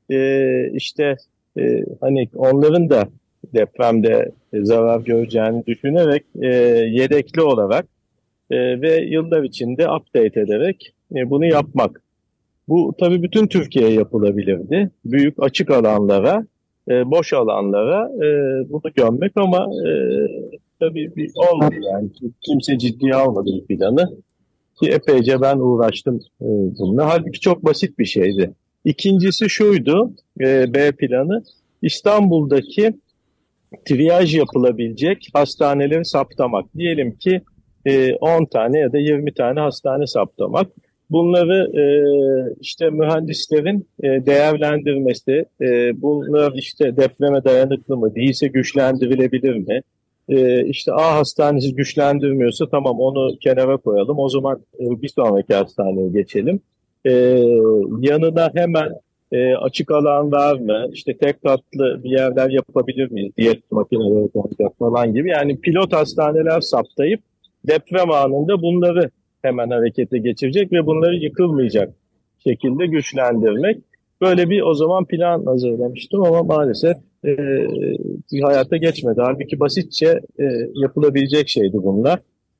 işte hani onların da depremde zarar göreceğini düşünerek yedekli olarak ve yıllar içinde update ederek bunu yapmak. Bu tabii bütün Türkiye'ye yapılabilirdi. Büyük açık alanlara, boş alanlara bunu gömmek ama tabii olmadı yani. Kimse ciddiye almadı bu planı. Ki epeyce ben uğraştım bununla. Halbuki çok basit bir şeydi. İkincisi şuydu, B planı. İstanbul'daki triyaj yapılabilecek hastaneleri saptamak. Diyelim ki 10 tane ya da 20 tane hastane saptamak. Bunları işte mühendislerin değerlendirmesi, bunlar işte depreme dayanıklı mı, değilse güçlendirilebilir mi? İşte A hastanesi güçlendirmiyorsa tamam onu kenara koyalım. O zaman bir sonraki hastaneye geçelim. Yanına hemen açık alan var mı? İşte tek katlı bir yerler yapabilir miyiz? Diyet makineleri koyacak falan gibi. Yani pilot hastaneler saptayıp deprem anında bunları hemen harekete geçirecek ve bunları yıkılmayacak şekilde güçlendirmek. Böyle bir o zaman plan hazırlamıştım ama maalesef hayata geçmedi. Halbuki basitçe yapılabilecek şeydi bunlar.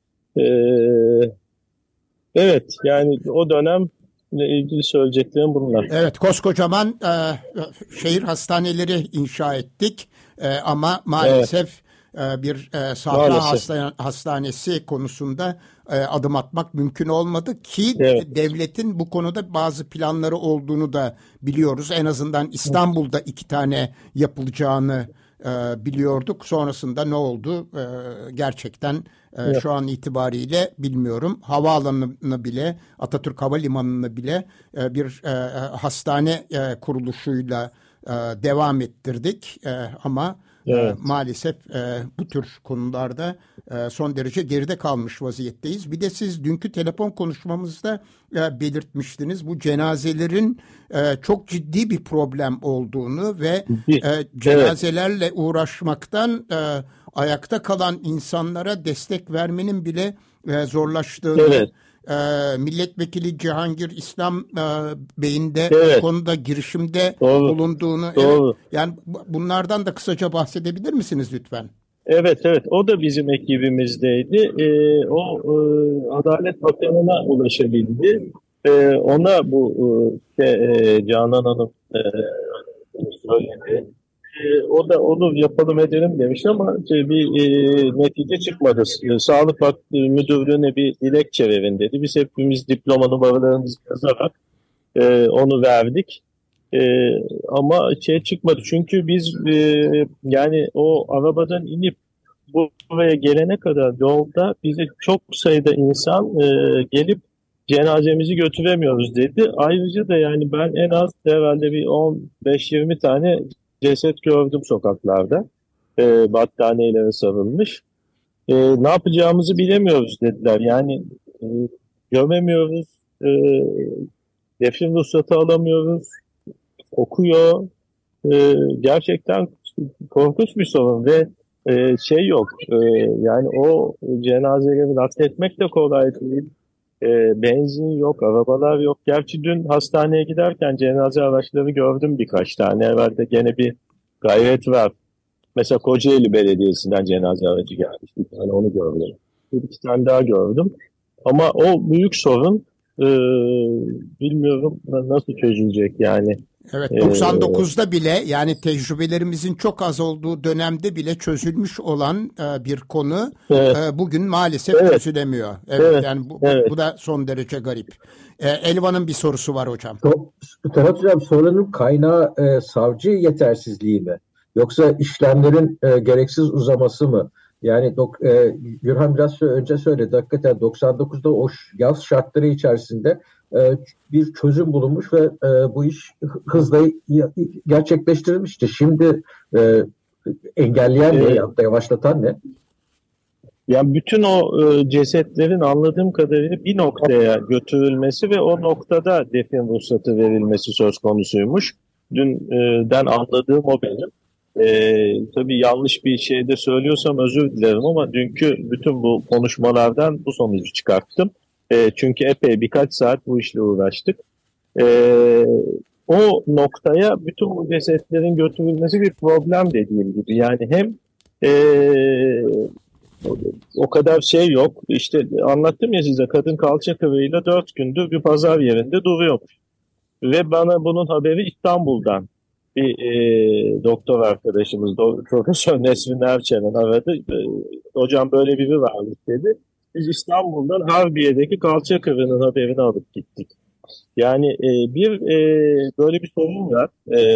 Evet, yani o dönemle ilgili söyleyeceklerim bunlar. Evet, koskocaman şehir hastaneleri inşa ettik ama maalesef bir sahra hastanesi konusunda adım atmak mümkün olmadı ki devletin bu konuda bazı planları olduğunu da biliyoruz. En azından İstanbul'da 2 tane yapılacağını biliyorduk. Sonrasında ne oldu? Gerçekten şu an itibariyle bilmiyorum. Havaalanını bile, Atatürk Havalimanı'nı bile bir hastane kuruluşuyla devam ettirdik. Ama maalesef bu tür konularda son derece geride kalmış vaziyetteyiz. Bir de siz dünkü telefon konuşmamızda belirtmiştiniz bu cenazelerin çok ciddi bir problem olduğunu ve cenazelerle uğraşmaktan ayakta kalan insanlara destek vermenin bile zorlaştığını. Evet. Milletvekili Cihangir İslam Bey'in de bu konuda girişimde bulunduğunu. Evet, yani bunlardan da kısaca bahsedebilir misiniz lütfen? Evet, o da bizim ekibimizdeydi. O Adalet Bakanı'na ulaşabildi. Ona bu Canan Hanım söyledi. O da onu yapalım edelim demiş ama bir netice çıkmadı. Sağlık Müdürlüğü'ne bir dilekçe verin dedi. Biz hepimiz diploma numaralarımızı yazarak onu verdik. Ama çıkmadı. Çünkü biz yani o arabadan inip buraya gelene kadar yolda bize çok sayıda insan gelip cenazemizi götüremiyoruz dedi. Ayrıca da yani ben en az herhalde bir 15-20 tane ceset gördüm sokaklarda. Battaniyelere sarılmış. Ne yapacağımızı bilemiyoruz dediler. Yani gömemiyoruz. Defin ruhsatı alamıyoruz. Okuyor. Gerçekten korkunç bir sorun ve yok. Yani o cenazeleri nakletmek de kolay değil. Benzin yok, arabalar yok. Gerçi dün hastaneye giderken cenaze araçları gördüm birkaç tane. Herhalde gene bir gayret var. Mesela Kocaeli Belediyesi'nden cenaze aracı gelmiş. Bir tane onu gördüm. Bir iki tane daha gördüm. Ama o büyük sorun bilmiyorum nasıl çözülecek yani. Evet, 99'da bile yani tecrübelerimizin çok az olduğu dönemde bile çözülmüş olan bir konu bugün maalesef çözülemiyor. Evet. Yani bu da son derece garip. Elvan'ın bir sorusu var hocam. Ferhat Hocam, sorunun kaynağı savcı yetersizliği mi? Yoksa işlemlerin gereksiz uzaması mı? Yani Gürhan biraz önce söyledi. Hakikaten 99'da o yaz şartları içerisinde bir çözüm bulunmuş ve bu iş hızla gerçekleştirilmişti. Şimdi engelleyen ne, yavaşlatan ne? Yani bütün o cesetlerin anladığım kadarıyla bir noktaya götürülmesi ve o noktada defin ruhsatı verilmesi söz konusuymuş. Dünden anladığım o benim. Tabii yanlış bir şey de söylüyorsam özür dilerim ama dünkü bütün bu konuşmalardan bu sonucu çıkarttım. Çünkü epey birkaç saat bu işle uğraştık. o noktaya bütün bu cesetlerin götürülmesi bir problem dediğim gibi. Yani hem o kadar şey yok. İşte anlattım ya size, kadın kalça kıvığıyla 4 gündür bir pazar yerinde duruyormuş. Ve bana bunun haberi İstanbul'dan bir doktor arkadaşımız, Profesör Nesrin Erçelen aradı. Hocam böyle biri varmış dedi. Biz İstanbul'dan Harbiye'deki kalça kıvrının haberini alıp gittik. Yani böyle bir sorun var.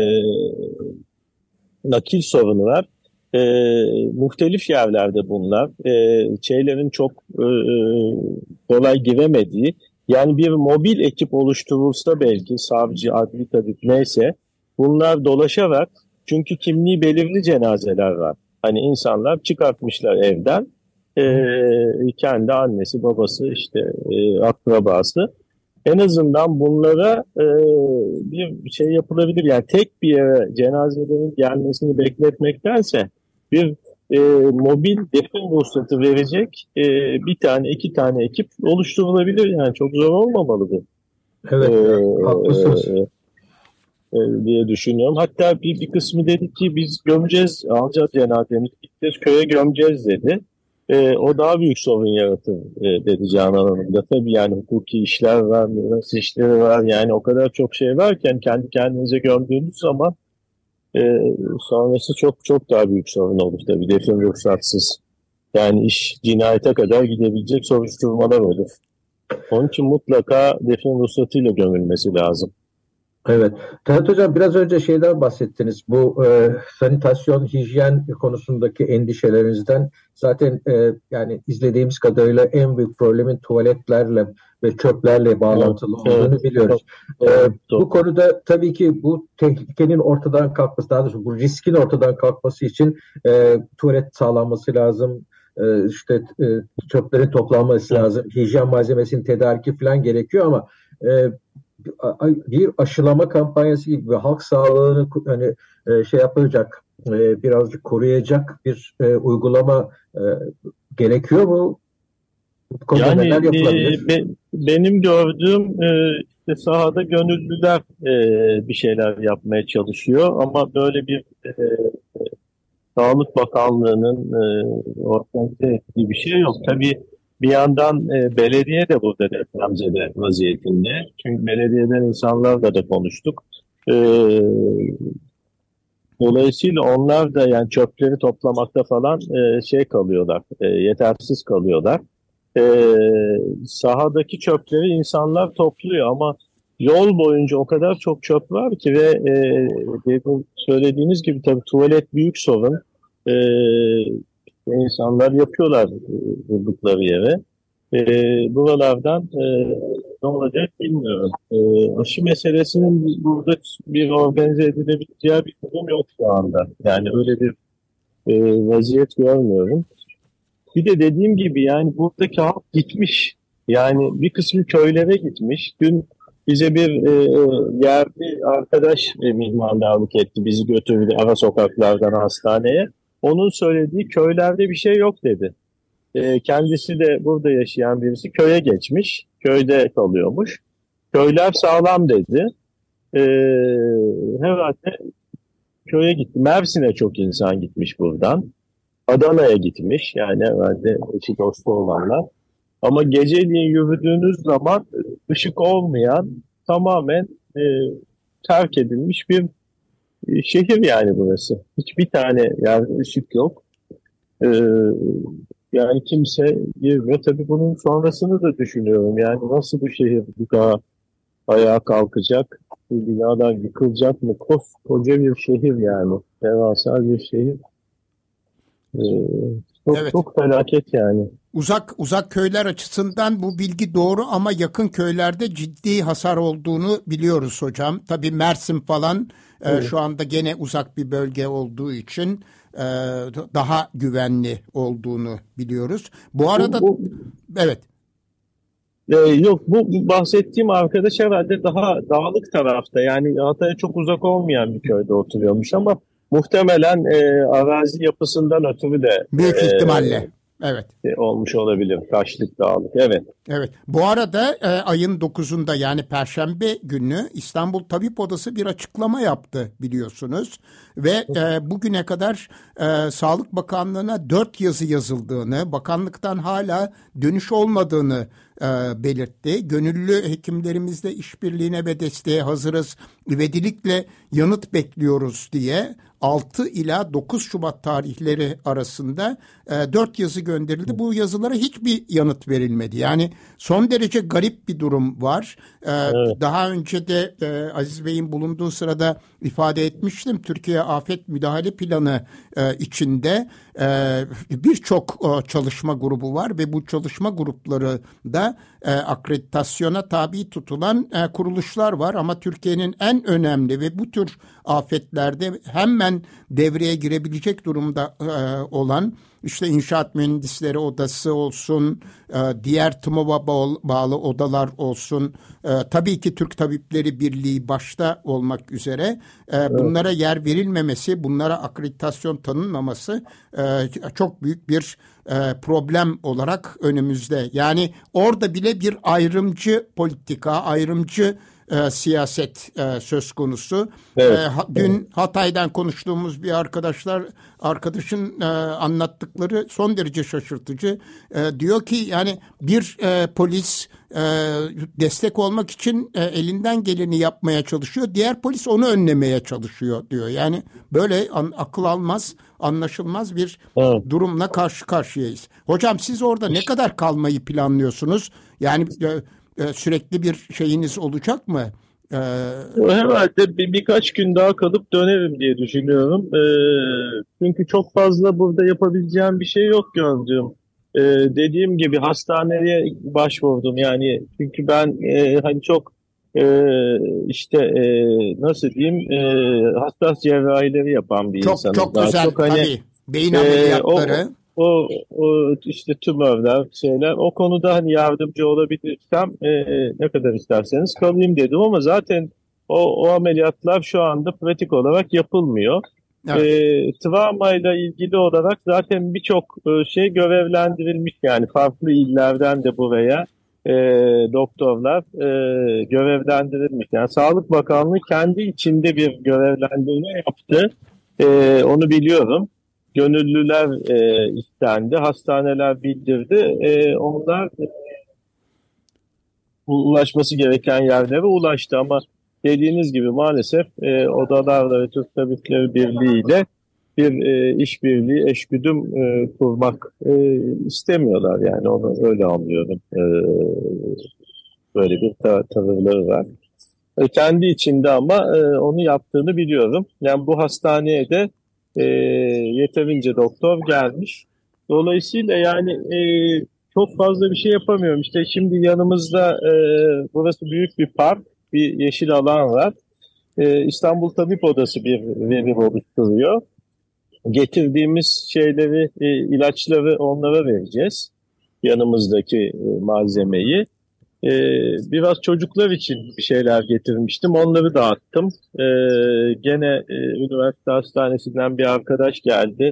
Nakil sorunu var. Muhtelif yerlerde bunlar. Şeylerin çok kolay giremediği, yani bir mobil ekip oluşturulsa belki, savcı, adli tabip neyse, bunlar dolaşarak, çünkü kimliği belirli cenazeler var. Hani insanlar çıkartmışlar evden, kendi annesi, babası, işte akrabası. En azından bunlara bir şey yapılabilir. Yani tek bir yere cenazelerin gelmesini bekletmektense bir mobil defin ruhsatı verecek bir tane, 2 tane ekip oluşturulabilir. Yani çok zor olmamalıdır. Evet, haklısınız. Diye düşünüyorum. Hatta bir kısmı dedi ki biz gömeceğiz, alacağız cenazemizi, gideceğiz köye gömeceğiz dedi. O daha büyük sorun yaratır dedi Canan Hanım da. Tabii yani hukuki işler var, miras işleri var. Yani o kadar çok şey varken kendi kendinize gömdüğünüz zaman sonrası çok çok daha büyük sorun olur tabii, defin ruhsatsız. Yani iş cinayete kadar gidebilecek soruşturmalar olur. Onun için mutlaka defin ruhsatıyla gömülmesi lazım. Evet. Talat Hocam, biraz önce şeyden bahsettiniz. Bu sanitasyon, hijyen konusundaki endişelerinizden. Zaten yani izlediğimiz kadarıyla en büyük problemin tuvaletlerle ve çöplerle bağlantılı olduğunu biliyoruz. Bu konuda tabii ki bu tehlikenin ortadan kalkması, daha doğrusu bu riskin ortadan kalkması için tuvalet sağlanması lazım. İşte çöplerin toplanması lazım. Hijyen malzemesinin tedariki falan gerekiyor ama bir aşılama kampanyası gibi halk sağlığını hani şey yapacak, birazcık koruyacak bir uygulama gerekiyor mu? Bu konuda yani neler yapılabilir? Benim gördüğüm işte sahada gönüllüler bir şeyler yapmaya çalışıyor ama böyle bir Sağlık Bakanlığı'nın organize ettiği bir şey yok. Tabii bir yandan belediye de burada depremzede vaziyetinde. Çünkü belediyeden insanlarla da konuştuk. Dolayısıyla onlar da yani çöpleri toplamakta falan şey kalıyorlar, yetersiz kalıyorlar. Sahadaki çöpleri insanlar topluyor ama yol boyunca o kadar çok çöp var ki ve söylediğiniz gibi tabii tuvalet büyük sorun. İnsanlar yapıyorlar buldukları yere. Buralardan ne olacak bilmiyorum. Aşı meselesinin burada bir organize edilebileceği bir durum yok şu anda. Yani öyle bir vaziyet görmüyorum. Bir de dediğim gibi yani buradaki halk gitmiş. Yani bir kısmı köylere gitmiş. Dün bize bir yerli arkadaş mihmandarlık etti. Bizi götürdü ara sokaklardan hastaneye. Onun söylediği köylerde bir şey yok dedi. Kendisi de burada yaşayan birisi, köye geçmiş. Köyde kalıyormuş. Köyler sağlam dedi. Herhalde köye gitti. Mersin'e çok insan gitmiş buradan. Adana'ya gitmiş. Yani herhalde eşi dostu olanlar. Ama geceliğin yürüdüğünüz zaman ışık olmayan, tamamen terk edilmiş bir şehir yani burası. Hiçbir tane yerde ışık yok. Yani kimse girmiyor. Tabii bunun sonrasını da düşünüyorum. Yani nasıl bu şehir bir daha ayağa kalkacak? Bu binalar yıkılacak mı? Koskoca bir şehir yani. Devasa bir şehir. Evet. Çok felaket yani. Uzak köyler açısından bu bilgi doğru ama yakın köylerde ciddi hasar olduğunu biliyoruz hocam. Tabii Mersin falan şu anda gene uzak bir bölge olduğu için daha güvenli olduğunu biliyoruz. Bu arada evet. Yok, bu bahsettiğim arkadaş herhalde daha dağlık tarafta, yani Hatay'a çok uzak olmayan bir köyde oturuyormuş ama muhtemelen arazi yapısından ötürü de büyük ihtimalle Evet. Olmuş olabilir. Kaçlık dağlık. Evet. Evet. Bu arada ayın 9'unda yani Perşembe günü İstanbul Tabip Odası bir açıklama yaptı biliyorsunuz. Ve bugüne kadar Sağlık Bakanlığı'na 4 yazı yazıldığını, bakanlıktan hala dönüş olmadığını belirtti. Gönüllü hekimlerimizle işbirliğine ve desteğe hazırız. İvedilikle yanıt bekliyoruz diye 6 ila 9 Şubat tarihleri arasında 4 yazı gönderildi. Bu yazılara hiçbir yanıt verilmedi. Yani son derece garip bir durum var. Evet. Daha önce de Aziz Bey'in bulunduğu sırada ifade etmiştim. Türkiye Afet Müdahale Planı içinde birçok çalışma grubu var ve bu çalışma grupları da akreditasyona tabi tutulan kuruluşlar var. Ama Türkiye'nin en önemli ve bu tür afetlerde hemen devreye girebilecek durumda olan işte İnşaat Mühendisleri Odası olsun, diğer TMOB'a bağlı odalar olsun, tabii ki Türk Tabipleri Birliği başta olmak üzere bunlara yer verilmemesi, bunlara akreditasyon tanınmaması çok büyük bir problem olarak önümüzde. Yani orada bile bir ayrımcı politika, ayrımcı siyaset söz konusu. Evet. Dün Hatay'dan konuştuğumuz bir arkadaşın anlattıkları son derece şaşırtıcı. Diyor ki yani bir polis destek olmak için elinden geleni yapmaya çalışıyor. Diğer polis onu önlemeye çalışıyor diyor. Yani böyle akıl almaz, anlaşılmaz bir durumla karşı karşıyayız. Hocam siz orada ne kadar kalmayı planlıyorsunuz? Yani sürekli bir şeyiniz olacak mı? Herhalde birkaç gün daha kalıp dönerim diye düşünüyorum. Çünkü çok fazla burada yapabileceğim bir şey yok gördüğüm. Dediğim gibi hastaneye başvurdum yani çünkü ben hani çok nasıl diyeyim hassas cerrahileri yapan bir insanım. Çok güzel çok, hani, tabii. Beyin ameliyatları. O işte tümörler şeyler o konuda hani yardımcı olabilirsem ne kadar isterseniz kalayım dedim ama zaten o ameliyatlar şu anda pratik olarak yapılmıyor. Evet. Travmayla ilgili olarak zaten birçok şey görevlendirilmiş yani farklı illerden de buraya doktorlar görevlendirilmiş. Yani Sağlık Bakanlığı kendi içinde bir görevlendirme yaptı. Onu biliyorum. Gönüllüler istendi, hastaneler bildirdi. Onlar ulaşması gereken yerlere ulaştı ama dediğiniz gibi maalesef odalarla ve Türk Tabipleri Birliği ile bir işbirliği, eşgüdüm kurmak istemiyorlar. Yani onu öyle anlıyorum. Böyle bir tavırları var. Kendi içinde ama onu yaptığını biliyorum. Yani bu hastaneye de yeterince doktor gelmiş. Dolayısıyla yani çok fazla bir şey yapamıyorum. İşte şimdi yanımızda burası büyük bir park, bir yeşil alan var. İstanbul Tabip Odası bir veri oluşturuyor. Getirdiğimiz şeyleri, ilaçları onlara vereceğiz. Yanımızdaki malzemeyi. Biraz çocuklar için bir şeyler getirmiştim. Onları dağıttım. Gene üniversite hastanesinden bir arkadaş geldi.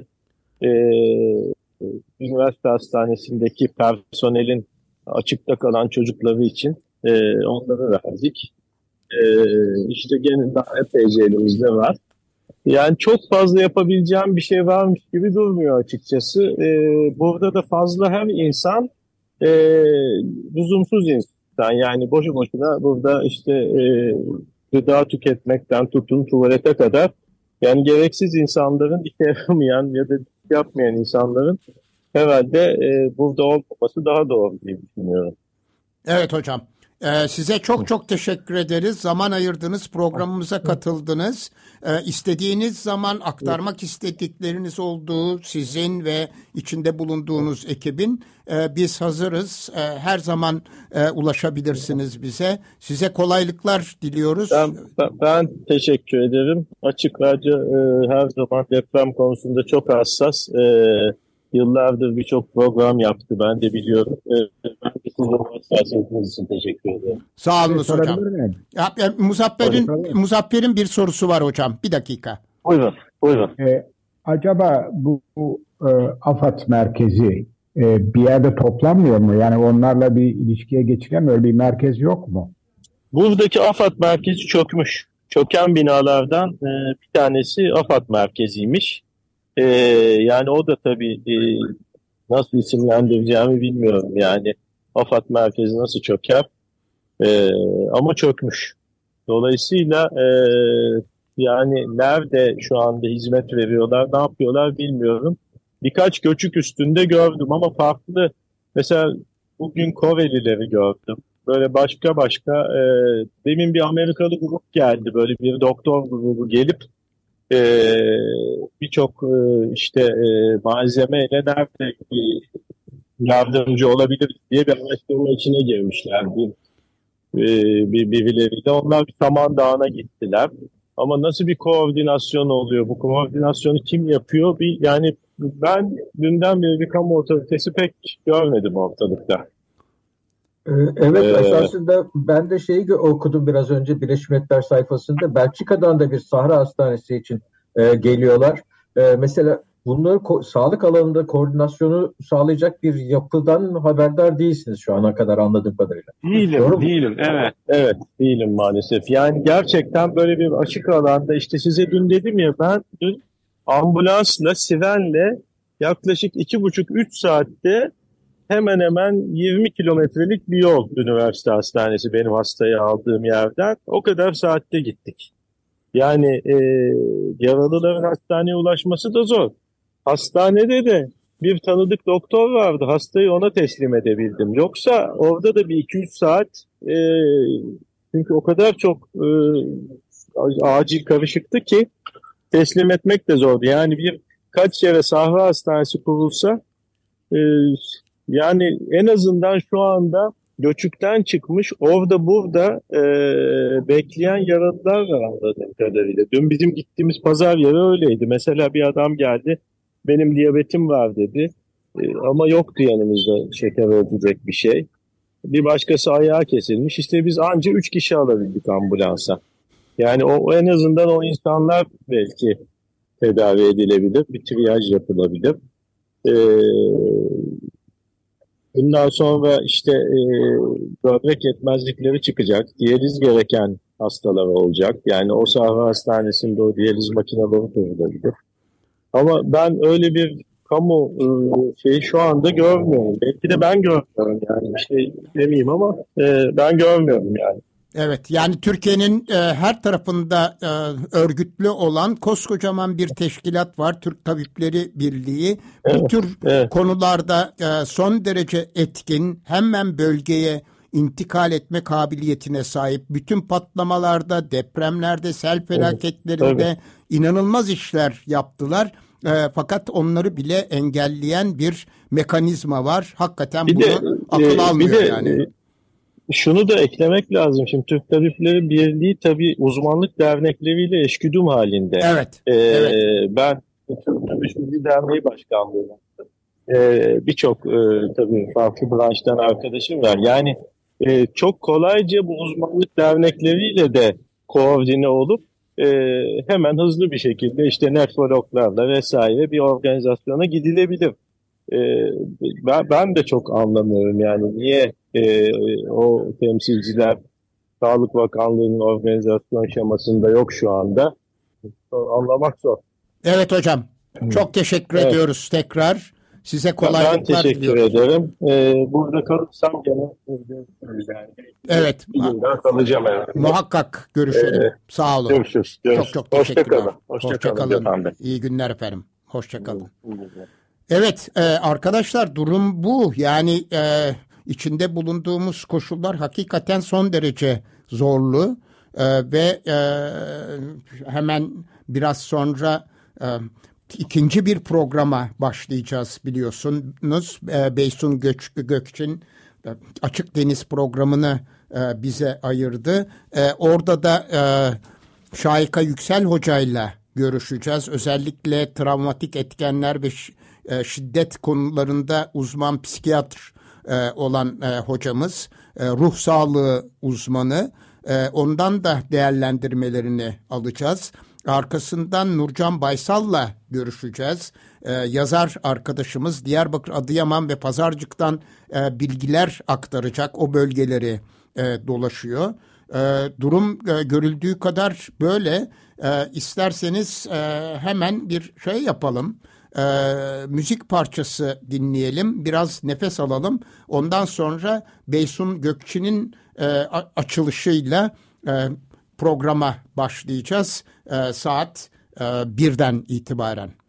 Üniversite hastanesindeki personelin açıkta kalan çocukları için onları verdik. İşte gene daha epeyce elimizde var. Yani çok fazla yapabileceğim bir şey varmış gibi durmuyor açıkçası. Burada da fazla hem insan lüzumsuz insan yani boşu boşuna burada işte gıda tüketmekten tutun tuvalete kadar yani gereksiz insanların işe yaramayan ya da yapmayan insanların herhalde burada olmaması daha doğru diye düşünüyorum. Evet hocam. Size çok teşekkür ederiz. Zaman ayırdınız, programımıza katıldınız. İstediğiniz zaman aktarmak istedikleriniz olduğu sizin ve içinde bulunduğunuz ekibin biz hazırız. Her zaman ulaşabilirsiniz bize. Size kolaylıklar diliyoruz. Ben teşekkür ederim. Açık Radyo her zaman deprem konusunda çok hassas. Yıllardır birçok program yaptı. Ben de biliyorum. Ben de sizin hassasiyetiniz için teşekkür ederim. Sağ olun hocam. Muzaffer'in bir sorusu var hocam. Bir dakika. Buyurun. Acaba bu AFAD merkezi bir yerde toplanmıyor mu? Yani onlarla bir ilişkiye geçilemiyor, bir merkez yok mu? Buradaki AFAD merkezi çökmüş. Çöken binalardan bir tanesi AFAD merkeziymiş. Yani o da tabii nasıl isimlendireceğimi bilmiyorum. Yani AFAD merkezi nasıl çöker? Ama çökmüş. Dolayısıyla yani nerede şu anda hizmet veriyorlar, ne yapıyorlar bilmiyorum. Birkaç göçük üstünde gördüm ama farklı. Mesela bugün Korelileri gördüm. Böyle başka demin bir Amerikalı grup geldi. Böyle bir doktor grubu gelip birçok malzemeyle nerede yardımcı olabilir diye bir araştırma içine girmişler. Birileriyle. Onlar bir Samandağ'ına gittiler. Ama nasıl bir koordinasyon oluyor? Bu koordinasyonu kim yapıyor? Yani ben dünden beri bir kamu otoritesi pek görmedim ortalıkta. Evet, esasında ben de şeyi okudum biraz önce Birleşmiş Milletler sayfasında. Belçika'dan da bir Sahra Hastanesi için geliyorlar. Mesela bunları sağlık alanında koordinasyonu sağlayacak bir yapıdan haberdar değilsiniz şu ana kadar anladığım kadarıyla. Değilim. Evet, değilim maalesef. Yani gerçekten böyle bir açık alanda işte size dün dedim ya ben dün ambulansla, sirenle yaklaşık 2,5-3 saatte hemen hemen 20 kilometrelik bir yol üniversite hastanesi benim hastayı aldığım yerden. O kadar saatte gittik. Yani yaralıların hastaneye ulaşması da zor. Hastanede de bir tanıdık doktor vardı. Hastayı ona teslim edebildim. Yoksa orada da bir 2-3 saat çünkü o kadar çok acil karışıktı ki teslim etmek de zordu. Yani birkaç yere Sahra Hastanesi kurulsa yani en azından şu anda göçükten çıkmış orada burada bekleyen yaralılar var anladığım kadarıyla. Dün bizim gittiğimiz pazar yeri öyleydi. Mesela bir adam geldi. Benim diyabetim var dedi. Ama yoktu yanımızda şeker ölçecek bir şey. Bir başkası ayağı kesilmiş. İşte biz anca 3 kişi alabildik ambulansa. Yani o en azından o insanlar belki tedavi edilebilir. Bir triyaj yapılabilir. Bundan sonra işte böbrek yetmezlikleri çıkacak. Diyaliz gereken hastalar olacak. Yani o Sahra Hastanesi'nde o diyaliz makineleri kurulabilir. Ama ben öyle bir kamu şeyi şu anda görmüyorum. Belki de ben görmüyorum yani bir şey demeyeyim ama ben görmüyorum yani. Evet, yani Türkiye'nin her tarafında örgütlü olan koskocaman bir teşkilat var. Türk Tabipleri Birliği. Evet, bu tür evet. konularda son derece etkin, hemen bölgeye intikal etme kabiliyetine sahip. Bütün patlamalarda, depremlerde, sel felaketlerinde inanılmaz işler yaptılar. Fakat onları bile engelleyen bir mekanizma var. Hakikaten bunu akıl almıyor yani. Şunu da eklemek lazım. Şimdi Türk Tabipleri Birliği tabii uzmanlık dernekleriyle eşgüdüm halinde. Evet. Ben Türk Tabipleri Birliği Derneği Başkanlığı yaptım. Birçok tabii farklı branştan arkadaşım var. Yani çok kolayca bu uzmanlık dernekleriyle de koordine olup hemen hızlı bir şekilde işte nefrologlarla vesaire bir organizasyona gidilebilir. Ben de çok anlamıyorum yani niye o temsilciler Sağlık Bakanlığı'nın organizasyon şemasında yok şu anda. Anlamak zor. Evet hocam. Çok teşekkür ediyoruz tekrar. Size kolaylıklar diliyorum. Ben teşekkür ederim. Burada kalırsam gene yani. Evet. Bir gün daha kalacağım herhalde. Muhakkak görüşelim. Sağ olun. Görüşürüz. Çok teşekkürler. Hoşçakalın. İyi günler efendim. Hoşçakalın. Evet arkadaşlar durum bu. Yani içinde bulunduğumuz koşullar hakikaten son derece zorlu ve hemen biraz sonra ikinci bir programa başlayacağız biliyorsunuz. Beysun Gökçin Açık Deniz programını bize ayırdı. Orada da Şahika Yüksel Hoca'yla görüşeceğiz. Özellikle travmatik etkenler ve şiddet konularında uzman psikiyatr olan hocamız, ruh sağlığı uzmanı. Ondan da değerlendirmelerini alacağız. Arkasından Nurcan Baysal'la görüşeceğiz. Yazar arkadaşımız Diyarbakır, Adıyaman ve Pazarcık'tan bilgiler aktaracak. O bölgeleri dolaşıyor. Durum görüldüğü kadar böyle. İsterseniz hemen bir şey yapalım. Müzik parçası dinleyelim. Biraz nefes alalım. Ondan sonra Beysun Gökçin'in açılışıyla programa başlayacağız. Saat 1'den itibaren.